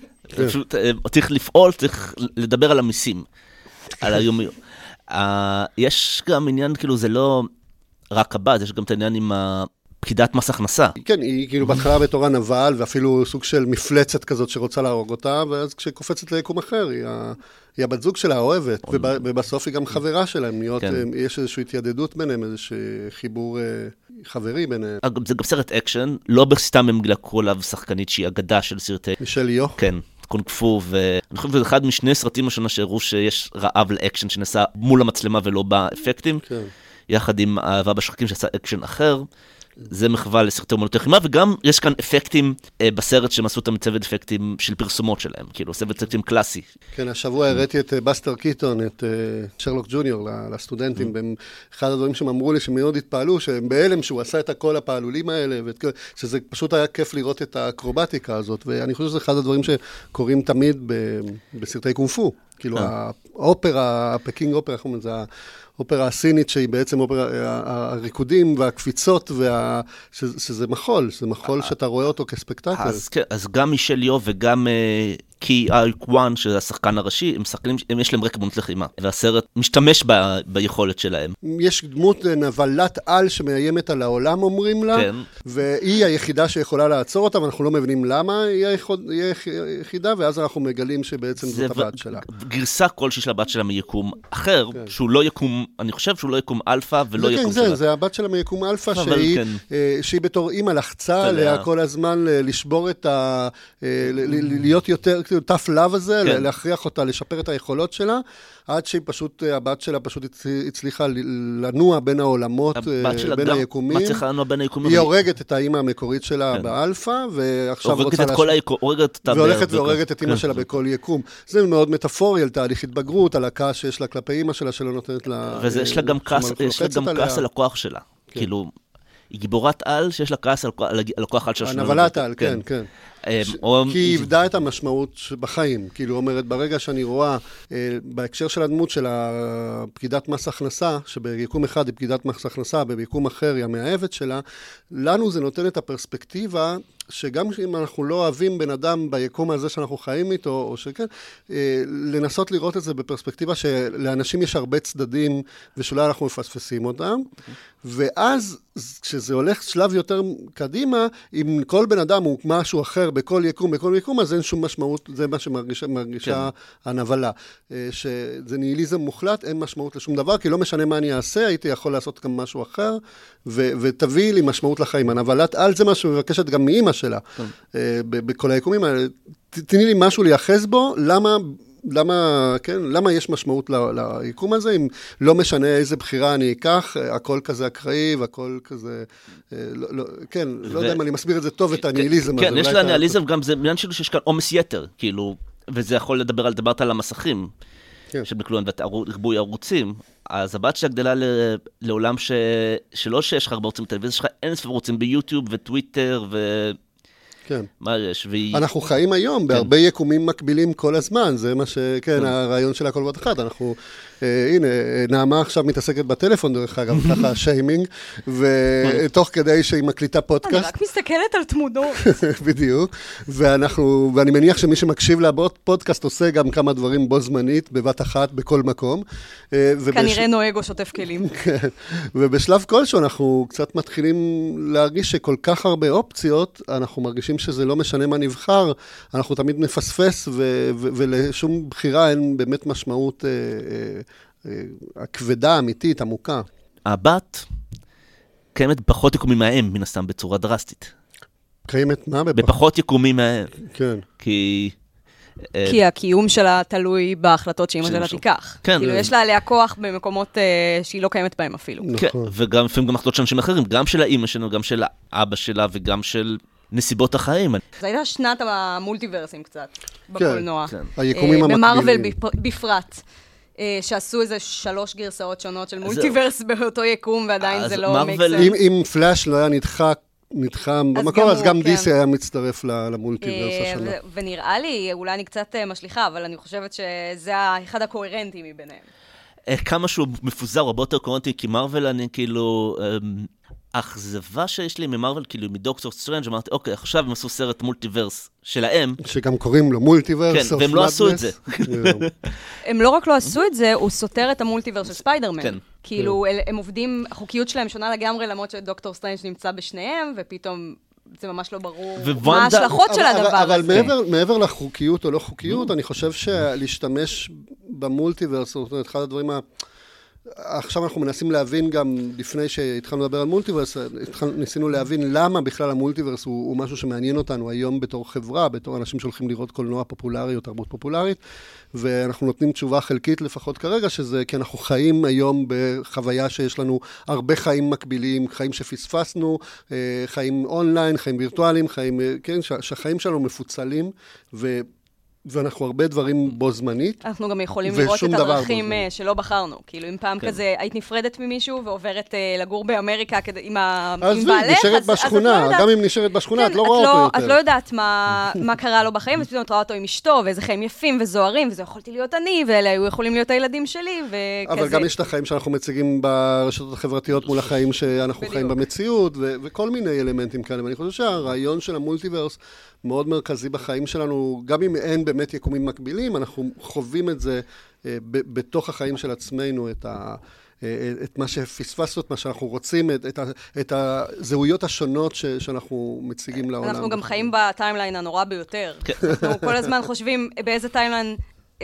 צריך לפעול, צריך לדבר על המיסים, על היומיות. יש גם עניין, כאילו, זה לא רק הבת, יש גם את העניין עם פקידת מס הכנסה. כן, היא כאילו בהתחלה בתורה נבל, ואפילו סוג של מפלצת כזאת שרוצה להרוג אותה, ואז כשקופצת ליקום אחר, היא הבת זוג שלה, האוהבת, ובסוף היא גם חברה שלהם, יש איזושהי התיידדות ביניהם, איזשהו חיבור חברי ביניהם. זה גם סרט אקשן, לא בסתם הם לקחו עליו שחקנית שהיא אגדה של סרטי... מישל יו. כן. קונג-פו, ואני חושב שזה אחד משני סרטים השנה שהראו שיש רעב לאקשן שנעשה מול המצלמה ולא באפקטים, יחד עם אהבה בשחקים שעשה אקשן אחר, זה מחווה לסרטי אומנות לחימה, וגם יש כאן אפקטים בסרט שהם עשו אותם צוות אפקטים של פרסומות שלהם, כאילו צוות אפקטים קלאסי. כן, השבוע הראיתי את בסטר קיטון, את שרלוק ג'וניור לסטודנטים, אחד הדברים שהם אמרו לי שמאוד התפעלו, שהם בהלם שהוא עשה את כל הפעלולים האלה, שזה פשוט היה כיף לראות את האקרובטיקה הזאת, ואני חושב שזה אחד הדברים שקורים תמיד בסרטי קונג-פו, כאילו האופרה, הפקינג אופרה, איך אומרים, זה האופרה הסינית שהיא בעצם הריקודים והקפיצות, שזה מחול, זה מחול שאתה רואה אותו כספקטקל. אז גם מישל יו וגם כי האיקוואן, שזה השחקן הראשי, יש להם רקע דמות לחימה, והסרט משתמש ביכולת שלהם. יש דמות נבלת על שמאיימת על העולם, אומרים לה, כן. והיא היחידה שיכולה לעצור אותה, ואנחנו לא מבינים למה היא היחידה, ואז אנחנו מגלים שבעצם זאת הבת שלה. גרסה כלשהי של הבת שלה מיקום אחר, שהוא לא יקום, אני חושב שהוא לא יקום אלפא ולא יקום שלה. זה הבת שלה מיקום אלפא, שהיא בתור אימא לחצה עליה כל הזמן לשבור את להיות יותר tough love הזה, להכריח אותה, לשפר את היכולות שלה, עד שהיא פשוט, הבת שלה פשוט הצליחה לנוע בין העולמות, בין היקומים. מצליחה לנוע בין היקומים. היא הורגת את האמא המקורית שלה באלפא, ועכשיו רוצה והולכת והורגת את אמא שלה בכל יקום. זה מאוד מטאפורי על תהליך התבגרות, על הכעס שיש לה כלפי אמא שלה, שלא נותנת לה... ויש לה גם כעס על הכוח שלה. כאילו, היא גיבורת על שיש לה כעס על הכוח על שלה. הנבלת על, כן, כן. כי היא הבדה את המשמעות בחיים. כאילו, אומרת, ברגע שאני רואה, בהקשר של הדמות של הפקידת מס הכנסה, שביקום אחד היא פקידת מס הכנסה, וביקום אחר היא המאהבת שלה, לנו זה נותן את הפרספקטיבה, שגם אם אנחנו לא אוהבים בן אדם ביקום הזה שאנחנו חיים איתו, או שכן, לנסות לראות את זה בפרספקטיבה שלאנשים יש הרבה צדדים, ושאולי אנחנו מפספסים אותם, ואז כשזה הולך שלב יותר קדימה, אם כל בן אדם הוא משהו אחר בכל יקום, אז אין שום משמעות, זה מה שמרגישה הנבלה. שזה ניהיליזם מוחלט, אין משמעות לשום דבר, כי לא משנה מה אני אעשה, הייתי יכול לעשות גם משהו אחר, ותביא לי משמעות לחיים. הנבלת על זה מה שמבקשת גם מאמא שלה, בכל היקומים האלה. תני לי משהו לייחס בו, למה יש משמעות ליקום הזה, אם לא משנה איזה בחירה אני אקח, הכל כזה אקראי, והכל כזה, כן, לא יודע אם אני מסביר את זה טוב, את הניהיליזם הזה. כן, יש לה ניהיליזם, גם זה עניין שלו שיש כאן עומס יתר, כאילו, וזה יכול דיברת על המסכים, שבכלום, וריבוי ערוצים, אז הבת שלה גדלה לעולם שלא שיש לך הרבה ערוצים בטלוויזיה, יש לך אין ספר ערוצים ביוטיוב וטוויטר כן. מה יש? אנחנו חיים היום בהרבה יקומים מקבילים כל הזמן, זה מה כן, הרעיון של הכל בת אחת. אנחנו, הנה, נעמה עכשיו מתעסקת בטלפון, דרך אגב, ככה שיימינג, ותוך כדי שהיא מקליטה פודקאסט. אני רק מסתכלת על תמונות. בדיוק, ואני מניח שמי שמקשיב לה פודקאסט עושה גם כמה דברים בו זמנית, בבת אחת, בכל מקום. כנראה נוהג או שוטף כלים. ובשלב כלשהו אנחנו קצת מתחילים להרגיש שכל כך הרבה אופציות, אנחנו מרגישים שזה לא משנה מה נבחר, אנחנו תמיד נפספס, ולשום בחירה אין באמת משמעות הכבדה, אמיתית, עמוקה. הבת קיימת בפחות יקומים מהאם, מן הסתם, בצורה דרסטית. קיימת מה? בפחות יקומים מהאם. כן. כי הקיום שלה תלוי בהחלטות שאמא שלה תיקח. כאילו, יש לה עליה כוח במקומות שהיא לא קיימת בהם אפילו. כן, וגם לפעמים גם החלטות של אנשים אחרים, גם של האמא שלנו, גם של האבא שלה, וגם של נסיבות החיים. זו הייתה שנת המולטיברסים קצת, בקולנוע. היקומים המקבילים. במרוול בפרט. שעשו איזה 3 גרסאות שונות של מולטיברס באותו יקום, ועדיין זה לא מקסם. אם פלאש לא היה נתחם במקור, אז גם דיסי היה מצטרף למולטיברס השנה. ונראה לי, אולי אני קצת משליחה, אבל אני חושבת שזה אחד הקוהרנטים מביניהם. כמה שהוא מפוזר, הרבה יותר קוהרנטי, כי מרוול אני כאילו... האכזבה שיש לי ממרוול, כאילו מדוקטור סטרנג' אמרתי, אוקיי, עכשיו הם עשו סרט מולטיברס שלהם. שגם קוראים לו מולטיברס. כן, והם לא עשו את זה. הם לא רק לא עשו את זה, הוא סותר את המולטיברס של ספיידרמן. כאילו, הם עובדים, החוקיות שלהם שונה לגמרי, למרות שדוקטור סטרנג' נמצא בשניהם, ופתאום זה ממש לא ברור מה ההשלכות של הדבר הזה. אבל מעבר לחוקיות או לא חוקיות, אני חושב שלהשתמש במולטיברס, זאת אומרת, אחד הדברים עכשיו אנחנו מנסים להבין גם לפני שהתחלנו לדבר על מולטיברס, ניסינו להבין למה בכלל המולטיברס הוא משהו שמעניין אותנו היום בתור חברה, בתור אנשים שהולכים לראות קולנוע פופולרי או תרבות פופולרית, ואנחנו נותנים תשובה חלקית לפחות כרגע, שזה כי אנחנו חיים היום בחוויה שיש לנו הרבה חיים מקבילים, חיים שפספסנו, חיים אונליין, חיים וירטואליים, חיים, כן, שהחיים שלנו מפוצלים, ואנחנו הרבה דברים בו זמנית. אנחנו גם יכולים לראות את הדרכים שלא בחרנו. כאילו, אם פעם כזה היית נפרדת ממישהו ועוברת לגור באמריקה עם בעלך, נשארת בשכונה. גם אם נשארת בשכונה, את לא רואה אותו יותר. את לא יודעת מה קרה לו בחיים, אז פתאום את רואה אותו עם אשתו, ואיזה חיים יפים וזוהרים, וזה יכולתי להיות אני, ואלה היו יכולים להיות הילדים שלי, וכזה. אבל גם יש את החיים שאנחנו מציגים ברשתות החברתיות מול החיים שאנחנו חיים במציאות, וכל מיני אלמנטים כאלה. ואני חושב שהרעיון של המולטיברס מאוד מרכזי בחיים שלנו, גם אם אין באמת יקומים מקבילים, אנחנו חווים את זה בתוך החיים של עצמנו, את מה שפספסנו, את מה שאנחנו רוצים, את הזהויות השונות שאנחנו מציגים לעולם. אנחנו גם חיים בטיימליין הנורא ביותר. אנחנו כל הזמן חושבים באיזה טיימליין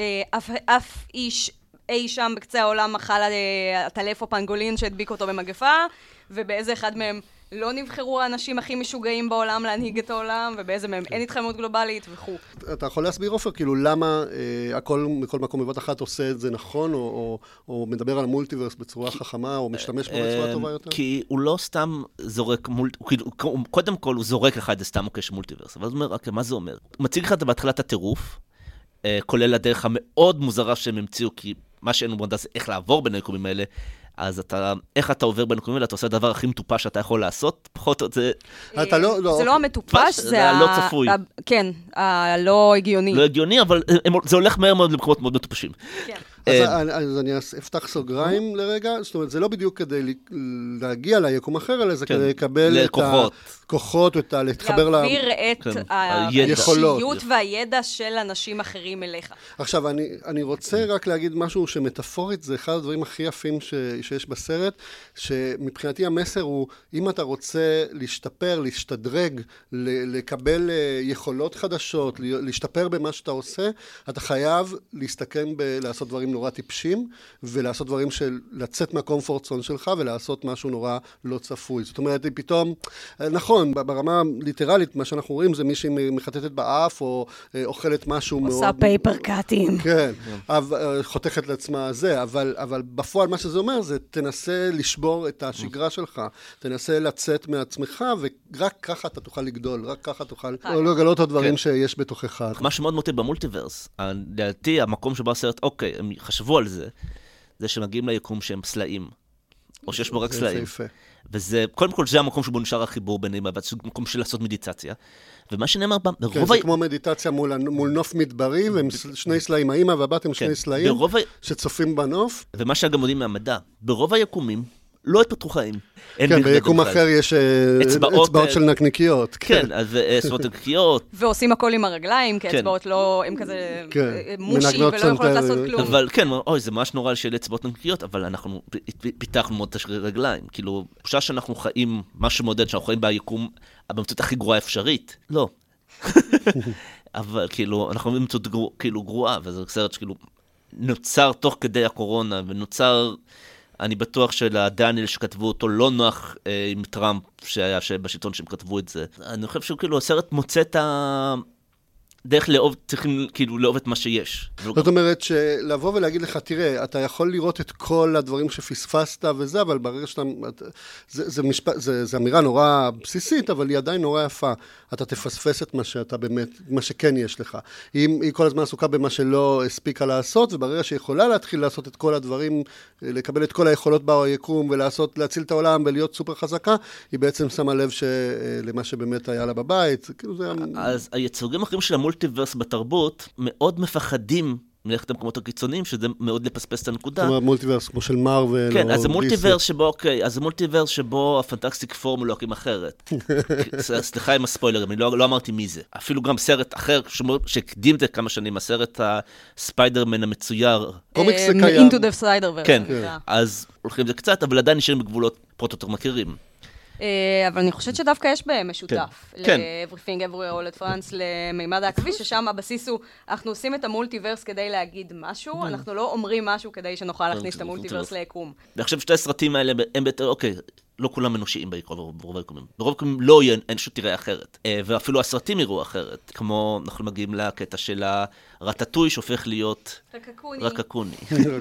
אף איש אי שם בקצה העולם מחל הטלף או פנגולין שהדביק אותו במגפה, ובאיזה אחד מהם לא נבחרו האנשים הכי משוגעים בעולם להנהיג את העולם, ובאיזה מהם אין התחממות גלובלית וכו'. אתה יכול להסביר, עופר, כאילו למה הכל מכל מקום בבת אחת עושה את זה נכון, או מדבר על המולטיברס בצורה חכמה, או משתמש בו בצורה טובה יותר? כי הוא לא סתם זורק, קודם כל הוא זורק לך את זה סתם מוקש מולטיברס, אבל הוא אומר, אוקיי, מה זה אומר? הוא מציג לך את בהתחלת הטירוף, כולל הדרך המאוד מוזרה שהם המציאו, כי מה שאין מודע זה איך לעבור בין היקומים האלה, אז איך אתה עובר בין היקומים האלה, אתה עושה את הדבר הכי מטופש שאתה יכול לעשות, פחות זה... זה לא המטופש, זה הלא צפוי. כן, הלא הגיוני. לא הגיוני, אבל זה הולך מהר מאוד למקומות מאוד מטופשים. כן. אז אני אפתח סוגריים לרגע, זאת אומרת, זה לא בדיוק כדי להגיע ליקום אחר, אלא זה כדי לקבל את הכוחות, להתחבר להעביר את האישיות והידע של אנשים אחרים אליך. עכשיו, אני רוצה רק להגיד משהו שמטאפורית, זה אחד הדברים הכי יפים שיש בסרט, שמבחינתי המסר הוא, אם אתה רוצה להשתפר, להשתדרג, לקבל יכולות חדשות, להשתפר במה שאתה עושה, אתה חייב להסתכן לעשות דברים נורא טיפשים, ולעשות דברים של לצאת מהקומפורט זון שלך, ולעשות משהו נורא לא צפוי. זאת אומרת, פתאום, נכון, ברמה ליטרלית, מה שאנחנו רואים זה מישהי מחטטת באף, או אוכלת משהו מאוד... עושה פייפר קאטים. כן, חותכת לעצמה זה, אבל בפועל מה שזה אומר זה, תנסה לשבור את השגרה שלך, תנסה לצאת מעצמך, ורק ככה אתה תוכל לגדול, רק ככה תוכל לגלות את הדברים שיש בתוכך. מה שמאוד מוטה במולטיברס, לדעתי, המקום שבו הסרט, אוקיי, הם חשבו על זה, זה שמגיעים ליקום שהם סלעים, או שיש בו רק סלעים. וזה, קודם כל, זה המקום שבו נשאר החיבור ביניהם, זה מקום של לעשות מדיטציה. ומה שנאמר, כן, זה כמו מדיטציה מול נוף מדברי, והם שני סלעים, האמא והבת הם שני סלעים, שצופים בנוף. ומה שגם יודעים מהמדע, ברוב היקומים, לא התפתחו חיים. כן, ביקום אחר יש אצבעות של נקניקיות. כן, אז אצבעות נקניקיות. ועושים הכל עם הרגליים, כי אצבעות לא, הם כזה מושי ולא יכולות לעשות כלום. אבל כן, אוי, זה ממש נורא של אצבעות נקניקיות, אבל אנחנו פיתחנו מאוד תשרי רגליים. כאילו, פשוט שאנחנו חיים, משהו מעודד, שאנחנו חיים ביקום, במציאות הכי גרועה אפשרית. לא. אבל כאילו, אנחנו במציאות כאילו גרועה, וזה סרט שכאילו נוצר תוך כדי הקורונה, ונוצר... אני בטוח שלדניאל שכתבו אותו לא נוח עם טראמפ שהיה בשלטון שהם כתבו את זה. אני חושב שכאילו הסרט מוצא את דרך לאהוב, צריכים כאילו לאהוב את מה שיש. זאת אומרת שלבוא ולהגיד לך, תראה, אתה יכול לראות את כל הדברים שפספסת וזה, אבל ברגע שאתה, זה אמירה נורא בסיסית, אבל היא עדיין נורא יפה. אתה תפספס את מה שאתה באמת, מה שכן יש לך. היא כל הזמן עסוקה במה שלא הספיקה לעשות, וברגע שהיא יכולה להתחיל לעשות את כל הדברים, לקבל את כל היכולות ביקום, להציל את העולם ולהיות סופר חזקה, היא בעצם שמה לב למה שבאמת היה לה בבית. אז היצורים אחרים של המולטיברס בתרבות מאוד מפחדים מלכת המקומות הקיצוניים, שזה מאוד לפספס את הנקודה. זאת אומרת, מולטיברס כמו של מארוול. כן, אז המולטיברס שבו, אוקיי, אז המולטיברס שבו הפנטסטיק פור מלוקים אחרת. סליחה עם הספוילרים, אני לא אמרתי מי זה. אפילו גם סרט אחר, שהקדים את זה כמה שנים, הסרט הספיידרמן המצויר. קומיקס זה קיים. Into the Spider-Verse. כן, אז הולכים זה קצת, אבל עדיין נשארים בגבולות פרוטוטר מכירים. אבל אני חושבת שדווקא יש בהם משותף. ל-Everything Everywhere All at Once, למימד העכבי, ששם הבסיס הוא, אנחנו עושים את המולטיברס כדי להגיד משהו, אנחנו לא אומרים משהו כדי שנוכל להכניס את המולטיברס ליקום. אני חושב שתי הסרטים האלה, הם ביותר, אוקיי, לא כולם אנושיים ברוב היקומים. ברוב היקומים לא יהיה, אין שום תראה אחרת. ואפילו הסרטים יראו אחרת. כמו, אנחנו מגיעים לקטע של הרטטוי, שהופך להיות... רקקוני.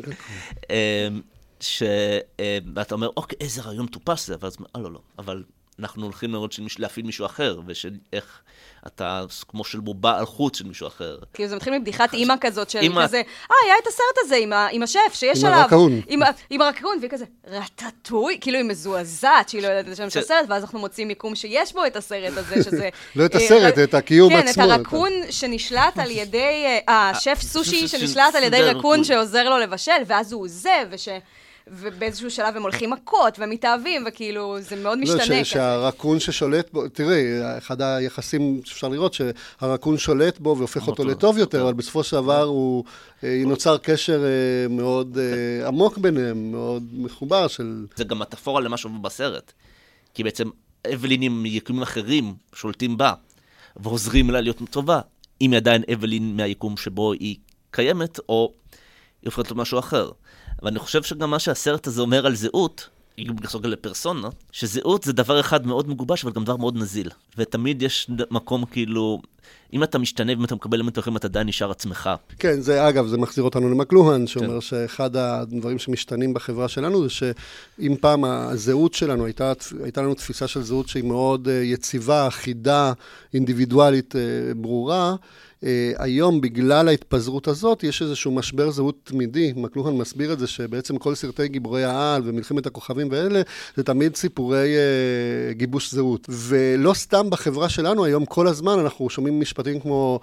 שאתה אומר, אוקיי, איזה רעיון טופש זה, אבל לא. אבל אנחנו הולכים לראות להפעיל מישהו אחר, ושל איך אתה כמו של בובה על חוץ של מישהו אחר. כאילו זה מתחיל מבדיחת אימא כזאת של כזה, היה את הסרט הזה עם השף שיש עליו. עם הרקעון. עם הרקעון, והיא כזה, רטטוי, כאילו היא מזועזעת שהיא לא יודעת את השם של הסרט, ואז אנחנו מוצאים מיקום שיש בו את הסרט הזה, שזה... לא את הסרט, את הקיום עצמו. כן, את הרקון שנשלט על ידי, השף סושי שנשלט על ידי רקון שעוזר לו לבשל, ואז הוא עוזב, ובאיזשהו שלב הם הולכים מכות ומתאהבים, וכאילו זה מאוד משתנה. שהרקון ששולט בו, תראי, אחד היחסים שאפשר לראות, שהרקון שולט בו והופך אותו לטוב יותר, אבל בסופו של דבר הוא נוצר קשר מאוד עמוק ביניהם, מאוד מחובר של... זה גם מטאפורה למשהו בסרט, כי בעצם אבלינים מיקומים אחרים שולטים בה, ועוזרים לה להיות טובה, אם היא עדיין אבלין מהיקום שבו היא קיימת, או היא הופכת למשהו אחר. ואני חושב שגם מה שהסרט הזה אומר על זהות, היא גם לפרסונה, שזהות זה דבר אחד מאוד מגובש, אבל גם דבר מאוד נזיל. ותמיד יש מקום כאילו, אם אתה משתנה ואם אתה מקבל אלמנט אחרים, אתה עדיין נשאר עצמך. כן, זה אגב, זה מחזיר אותנו למקלוהן, שאומר שאחד הדברים שמשתנים בחברה שלנו, זה שאם פעם הזהות שלנו, הייתה לנו תפיסה של זהות שהיא מאוד יציבה, אחידה, אינדיבידואלית, ברורה, היום, בגלל ההתפזרות הזאת, יש איזשהו משבר זהות תמידי. מקלוהן מסביר את זה שבעצם כל סרטי גיבורי העל ומלחמת הכוכבים ואלה, זה תמיד סיפורי גיבוש זהות. ולא סתם בחברה שלנו, היום כל הזמן אנחנו שומעים משפטים כמו...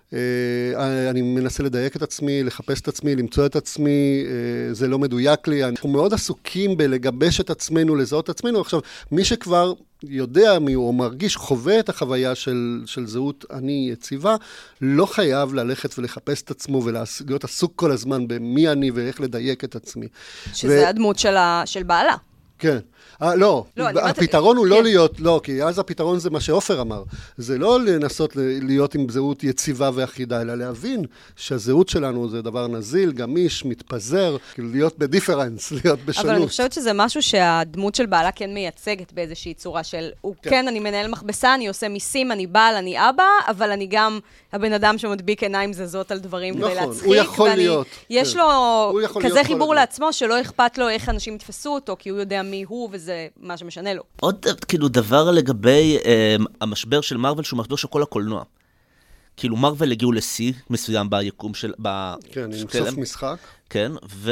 אני מנסה לדייק את עצמי, לחפש את עצמי, למצוא את עצמי, זה לא מדויק לי. אנחנו מאוד עסוקים בלגבש את עצמנו, לזהות את עצמנו. עכשיו, מי שכבר יודע מי הוא, או מרגיש, חווה את החוויה של זהות אני יציבה, לא חייב ללכת ולחפש את עצמו ולהיות עסוק כל הזמן במי אני ואיך לדייק את עצמי. שזה הדמות של בעלה. כן. לא, הפתרון הוא לא להיות, לא, כי אז הפתרון זה מה שאופר אמר. זה לא לנסות להיות עם זהות יציבה ואחידה, אלא להבין שהזהות שלנו זה דבר נזיל, גמיש, מתפזר, כאילו להיות בדיפרנס, להיות בשונות. אבל אני חושבת שזה משהו שהדמות של בעלה כן מייצגת באיזושהי צורה של, כן, אני מנהל מכבסה, אני עושה מיסים, אני בעל, אני אבא, אבל אני גם הבן אדם שמדביק עיניים זזות על דברים כדי להצחיק. הוא יכול להיות. יש לו כזה חיבור לעצמו שלא אכפת לו איך אנשים יתפסו אותו, כי הוא יודע מי הוא וזה מה שמשנה לו. עוד כאילו דבר לגבי המשבר של מרוול, שהוא משבר של כל הקולנוע. כאילו מרוול הגיעו לשיא מסוים ביקום של... כן, עם סוף משחק. כן,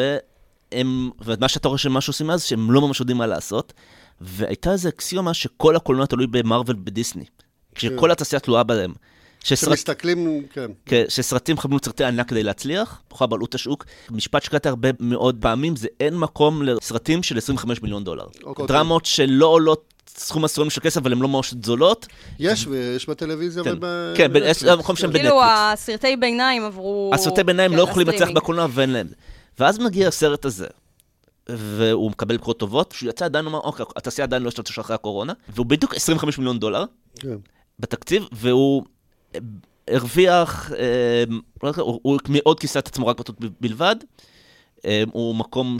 ומה שאתה רואה שמה שעושים אז, שהם לא ממש יודעים מה לעשות, והייתה איזו אקסיומה שכל הקולנוע תלוי במרוול בדיסני. כשכל התעשייה תלויה בהם. שמסתכלים, כן. שסרטים חייבים סרטי ענק כדי להצליח, פחות בעלות השוק. משפט שקראתי הרבה מאוד פעמים, זה אין מקום לסרטים של $25 מיליון. דרמות שלא עולות סכום עשורים של כסף, אבל הן לא ממש זולות. יש בטלוויזיה כן, במקום שהם בנטפליקס. כאילו, הסרטי ביניים עברו... הסרטי ביניים לא יכולים לצליח בקולנוע ואין להם. ואז מגיע הסרט הזה, והוא מקבל בקרות טובות, שהוא יצא עדיין, אוקיי, התעשייה עדיין לא השתתשה אחרי הקורונה, והוא בדיוק $25 מיליון בתקציב, והוא הרוויח, הוא מאוד כיסה את עצמו רק בתות בלבד, הוא מקום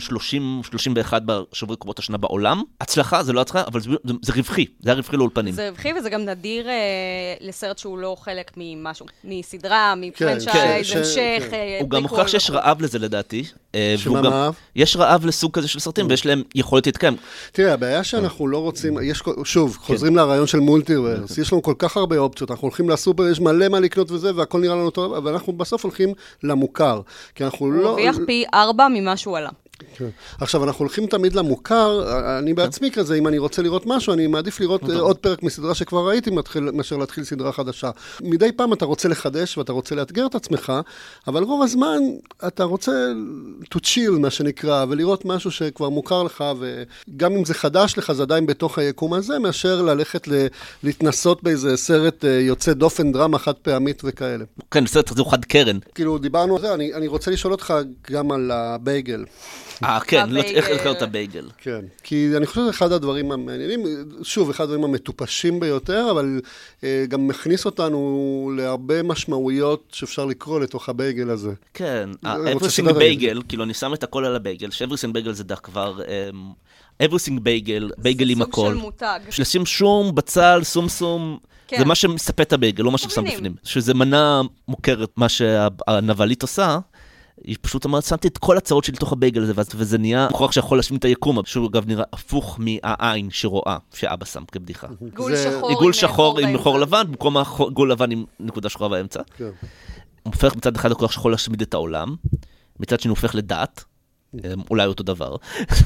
31 בשברי קרובות השנה בעולם. הצלחה, זה לא הצלחה, אבל זה רווחי, זה היה רווחי לאולפנים. זה רווחי, וזה גם נדיר לסרט שהוא לא חלק ממשהו, מסדרה, מפרנצ'ייז, המשך. הוא גם מוכרח שיש רעב לזה לדעתי. שמה רעב? יש רעב לסוג כזה של סרטים, ויש להם יכולת להתקיים. תראה, הבעיה שאנחנו לא רוצים, שוב, חוזרים לרעיון של מולטיברס, יש לנו כל כך הרבה אופציות, אנחנו הולכים לסופר, יש מלא מה לקנות וזה, והכל נראה לנו טוב, אבל אנחנו בסוף הולכים למוכר, כי אנחנו לא... הוא הרוויח פי 4 ממה שהוא עלה. עכשיו, אנחנו הולכים תמיד למוכר, אני בעצמי כזה, אם אני רוצה לראות משהו, אני מעדיף לראות עוד פרק מסדרה שכבר ראיתי, מאשר להתחיל סדרה חדשה. מדי פעם אתה רוצה לחדש ואתה רוצה לאתגר את עצמך, אבל רוב הזמן אתה רוצה to chill, מה שנקרא, ולראות משהו שכבר מוכר לך, וגם אם זה חדש לך, זה עדיין בתוך היקום הזה, מאשר ללכת להתנסות באיזה סרט יוצא דופן, דרמה חד פעמית וכאלה. כן, סרט זה חד קרן. כאילו, דיברנו על זה, אני רוצה לשאול אותך גם על הבייגל. כן, איך לקרוא את הבייגל. כן, כי אני חושב שזה אחד הדברים המעניינים, שוב, אחד הדברים המטופשים ביותר, אבל גם מכניס אותנו להרבה משמעויות שאפשר לקרוא לתוך הבייגל הזה. כן, everything בייגל, כאילו אני שם את הכל על הבייגל, ש-everything בייגל זה כבר... everything בייגל, בייגל עם הכל. סוג של מותג. שלשים שום, בצל, סום, זה מה שמספק את הבייגל, לא מה ששם בפנים. שזה מנה מוכרת, מה שהנבלית עושה, היא פשוט אמרת, שמתי את כל הצעות שלי לתוך הבייגל הזה, וזה נהיה מוכרח שיכול להשמיד את היקום, שהוא אגב נראה הפוך מהעין שרואה, שאבא שם כבדיחה. עיגול שחור עם חור לבן, במקום עיגול לבן עם נקודה שחורה באמצע. הוא הופך מצד אחד לכוח שיכול להשמיד את העולם, מצד שני הוא הופך לדת, אולי אותו דבר.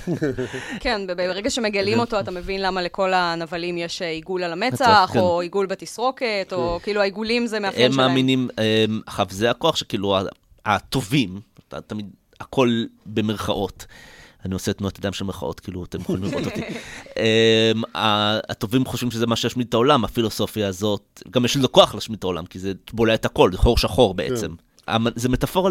כן, ברגע שמגלים אותו, אתה מבין למה לכל הנבלים יש עיגול על המצח, או עיגול בתסרוקת, או כאילו העיגולים זה מאפיין שלהם. הם מאמינים, זה הכוח שכאילו הטובים, תמיד הכל במרכאות, אני עושה תנועת ידיים של מחאות, כאילו, אתם יכולים לראות אותי. הטובים חושבים שזה מה שישמיד את העולם, הפילוסופיה הזאת, גם יש לזה כוח להשמיד את העולם, כי זה בולע את הכל, זה חור שחור בעצם. זה מטאפורה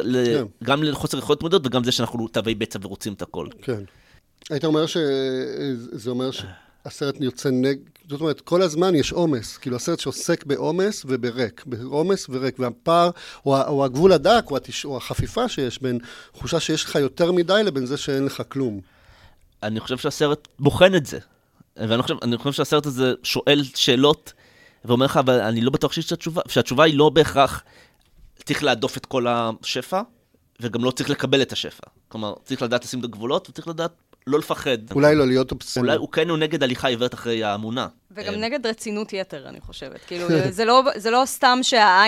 גם לחוסר יכולת התמודדות, וגם זה שאנחנו תאבי בצע ורוצים את הכל. כן. היית אומר שזה אומר שהסרט יוצא זאת אומרת, כל הזמן יש עומס, כאילו הסרט שעוסק בעומס ובריק, בעומס וריק, והפער, או הגבול הדק, או החפיפה שיש בין תחושה שיש לך יותר מדי לבין זה שאין לך כלום. אני חושב שהסרט בוחן את זה, ואני חושב שהסרט הזה שואל שאלות, ואומר לך, אבל אני לא בטוח שהתשובה היא לא בהכרח, צריך להדוף את כל השפע, וגם לא צריך לקבל את השפע. כלומר, צריך לדעת לשים את הגבולות, וצריך לדעת לא לפחד. אולי לא להיות אובססיבי. אולי הוא כן הוא נגד הליכה עיוורת אחרי האמונה. וגם נגד רצינות יתר, אני חושבת. כאילו, זה לא סתם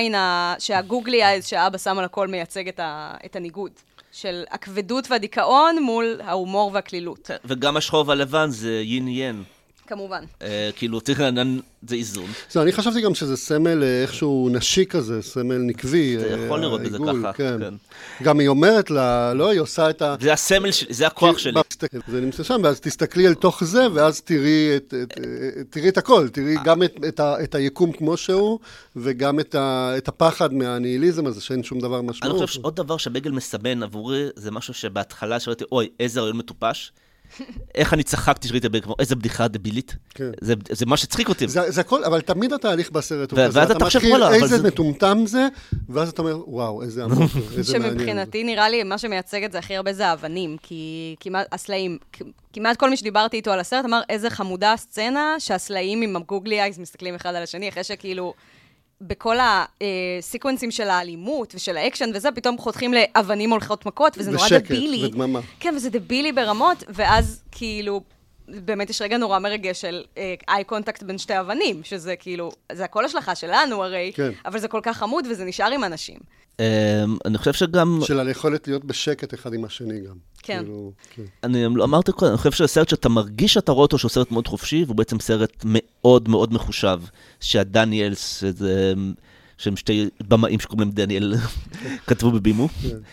שהגוגלי אייז שהאבא שם על הכל מייצג את הניגוד. של הכבדות והדיכאון מול ההומור והכלילות. וגם השחור והלבן זה יין ין. כמובן. כאילו, זה איזון. אני חשבתי גם שזה סמל איכשהו נשי כזה, סמל נקבי. אתה יכול לראות בזה ככה. גם היא אומרת לה, לא, היא עושה את ה... זה הסמל שלי, זה הכוח שלי. זה נמצא שם, ואז תסתכלי אל תוך זה, ואז תראי את הכל, תראי גם את היקום כמו שהוא, וגם את הפחד מהניהיליזם הזה, שאין שום דבר משמעות. אני חושב שעוד דבר שבגל מסבן עבורי, זה משהו שבהתחלה שראיתי, אוי, איזה רעיון מטופש. איך אני צחקתי שראיתי כמו איזה בדיחה דבילית. זה מה שצחיק אותי. זה הכל, אבל תמיד התהליך בסרט הוא כזה. אתה מתחיל איזה מטומטם זה, ואז אתה אומר, וואו, איזה עמוק, איזה מעניין. שמבחינתי נראה לי, מה שמייצג את זה הכי הרבה זה האבנים, כי הסלעים, כמעט כל מי שדיברתי איתו על הסרט אמר, איזה חמודה הסצנה שהסלעים עם הגוגלי אייז מסתכלים אחד על השני, אחרי שכאילו... בכל הסיקוונסים של האלימות ושל האקשן וזה, פתאום חותכים לאבנים הולכות מכות, וזה נורא דבילי. ושקט, ודממה. כן, וזה דבילי ברמות, ואז כאילו, באמת יש רגע נורא מרגש של איי קונטקט בין שתי אבנים, שזה כאילו, זה הכל השלכה שלנו הרי, כן. אבל זה כל כך חמוד וזה נשאר עם אנשים. אני חושב שגם... של היכולת להיות בשקט אחד עם השני גם. כן. אני אמרתי קודם, אני חושב שהסרט שאתה מרגיש שאתה רואה אותו שהוא סרט מאוד חופשי, והוא בעצם סרט מאוד מאוד מחושב, שהדניאלס, שהם שתי במאים שקוראים להם דניאל, כתבו בבימו.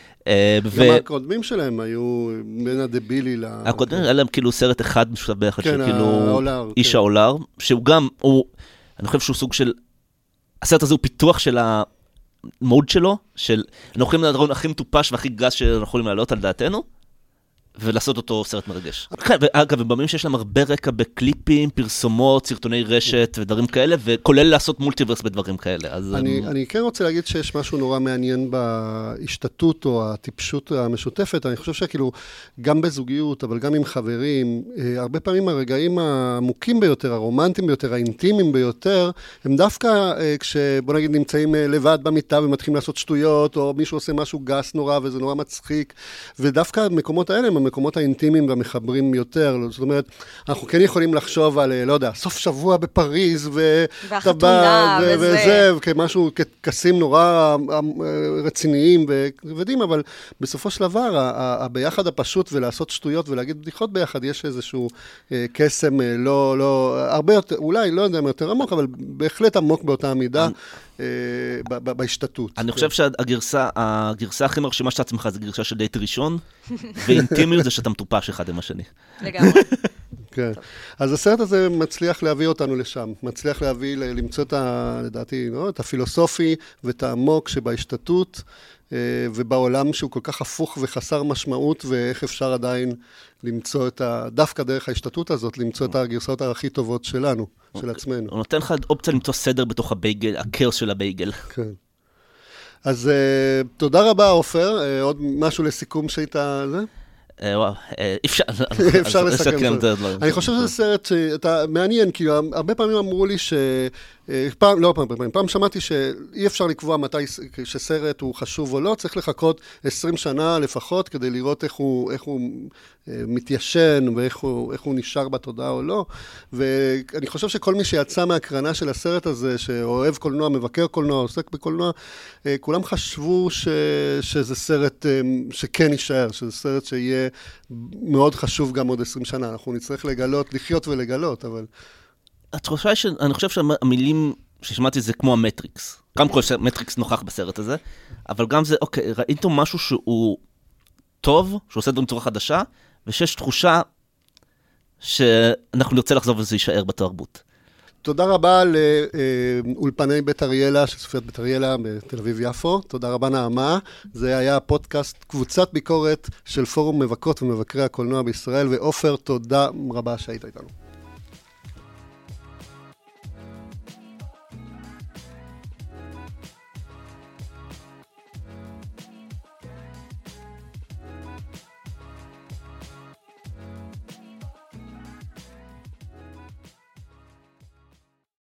גם הקודמים שלהם היו בין הדבילי ל... הקודמים היה להם כאילו סרט אחד משותף ביחד, שכאילו איש העולר, שהוא גם, אני חושב שהוא סוג של, הסרט הזה הוא פיתוח של המוד שלו, של, אנחנו יכולים לדעת הכי מטופש והכי גס שאנחנו יכולים לעלות על דעתנו, ולעשות אותו סרט מרגש. אגב, הם במים שיש להם הרבה רקע בקליפים, פרסומות, סרטוני רשת ודברים כאלה, וכולל לעשות מולטיברס בדברים כאלה. אני כן רוצה להגיד שיש משהו נורא מעניין בהשתתות או הטיפשות המשותפת. אני חושב שכאילו, גם בזוגיות, אבל גם עם חברים, הרבה פעמים הרגעים העמוקים ביותר, הרומנטיים ביותר, האינטימיים ביותר, הם דווקא כשבוא נגיד נמצאים לבד במיטה ומתחילים לעשות שטויות, או מישהו עושה משהו גס נורא וזה נורא מצחיק, ודווקא המקומות האלה הם המקומות האינטימיים והמחברים יותר. זאת אומרת, אנחנו כן יכולים לחשוב על, לא יודע, סוף שבוע בפריז, והחתונה, וזה, כמשהו, כקסים נורא רציניים וכבדים, אבל בסופו של דבר, הביחד הפשוט ולעשות שטויות ולהגיד בדיחות ביחד, יש איזשהו קסם לא, הרבה יותר, אולי, לא יודע, יותר עמוק, אבל בהחלט עמוק באותה המידה. בהשתתות. אני חושב שהגרסה הכי מרשימה של עצמך זה גרסה של דייט ראשון, ואינטימיות זה שאתה מטופש אחד עם השני. לגמרי. כן. אז הסרט הזה מצליח להביא אותנו לשם, מצליח למצוא לדעתי, את הפילוסופי ואת העמוק שבהשתתות, ובעולם שהוא כל כך הפוך וחסר משמעות, ואיך אפשר עדיין למצוא דווקא דרך ההשתתות הזאת, למצוא את הגרסאות הכי טובות שלנו, של עצמנו. הוא נותן לך אופציה למצוא סדר בתוך הבייגל, הקרס של הבייגל. כן. אז תודה רבה, עופר. עוד משהו לסיכום שהיית זה? וואו, אפשר לסכם את זה. אני חושב שזה סרט שאתה מעניין, כי הרבה פעמים אמרו לי פעם שמעתי שאי אפשר לקבוע מתי שסרט הוא חשוב או לא, צריך לחכות 20 שנה לפחות כדי לראות איך הוא מתיישן ואיך הוא נשאר בתודעה או לא. ואני חושב שכל מי שיצא מהקרנה של הסרט הזה, שאוהב קולנוע, מבקר קולנוע, עוסק בקולנוע, כולם חשבו שזה סרט שכן יישאר, שזה סרט שיהיה מאוד חשוב גם עוד 20 שנה. אנחנו נצטרך לחיות ולגלות, אבל... אני חושב שהמילים ששמעתי זה כמו המטריקס. גם כל מטריקס נוכח בסרט הזה, אבל גם זה, אוקיי, ראיתם משהו שהוא טוב, שהוא עושה דברים בצורה חדשה, ושיש תחושה שאנחנו נרצה לחזור וזה יישאר בתרבות. תודה רבה לאולפני בית אריאלה, של ספרית בית אריאלה בתל אביב יפו. תודה רבה נעמה. זה היה פודקאסט קבוצת ביקורת של פורום מבקרות ומבקרי הקולנוע בישראל, ועופר, תודה רבה שהיית איתנו.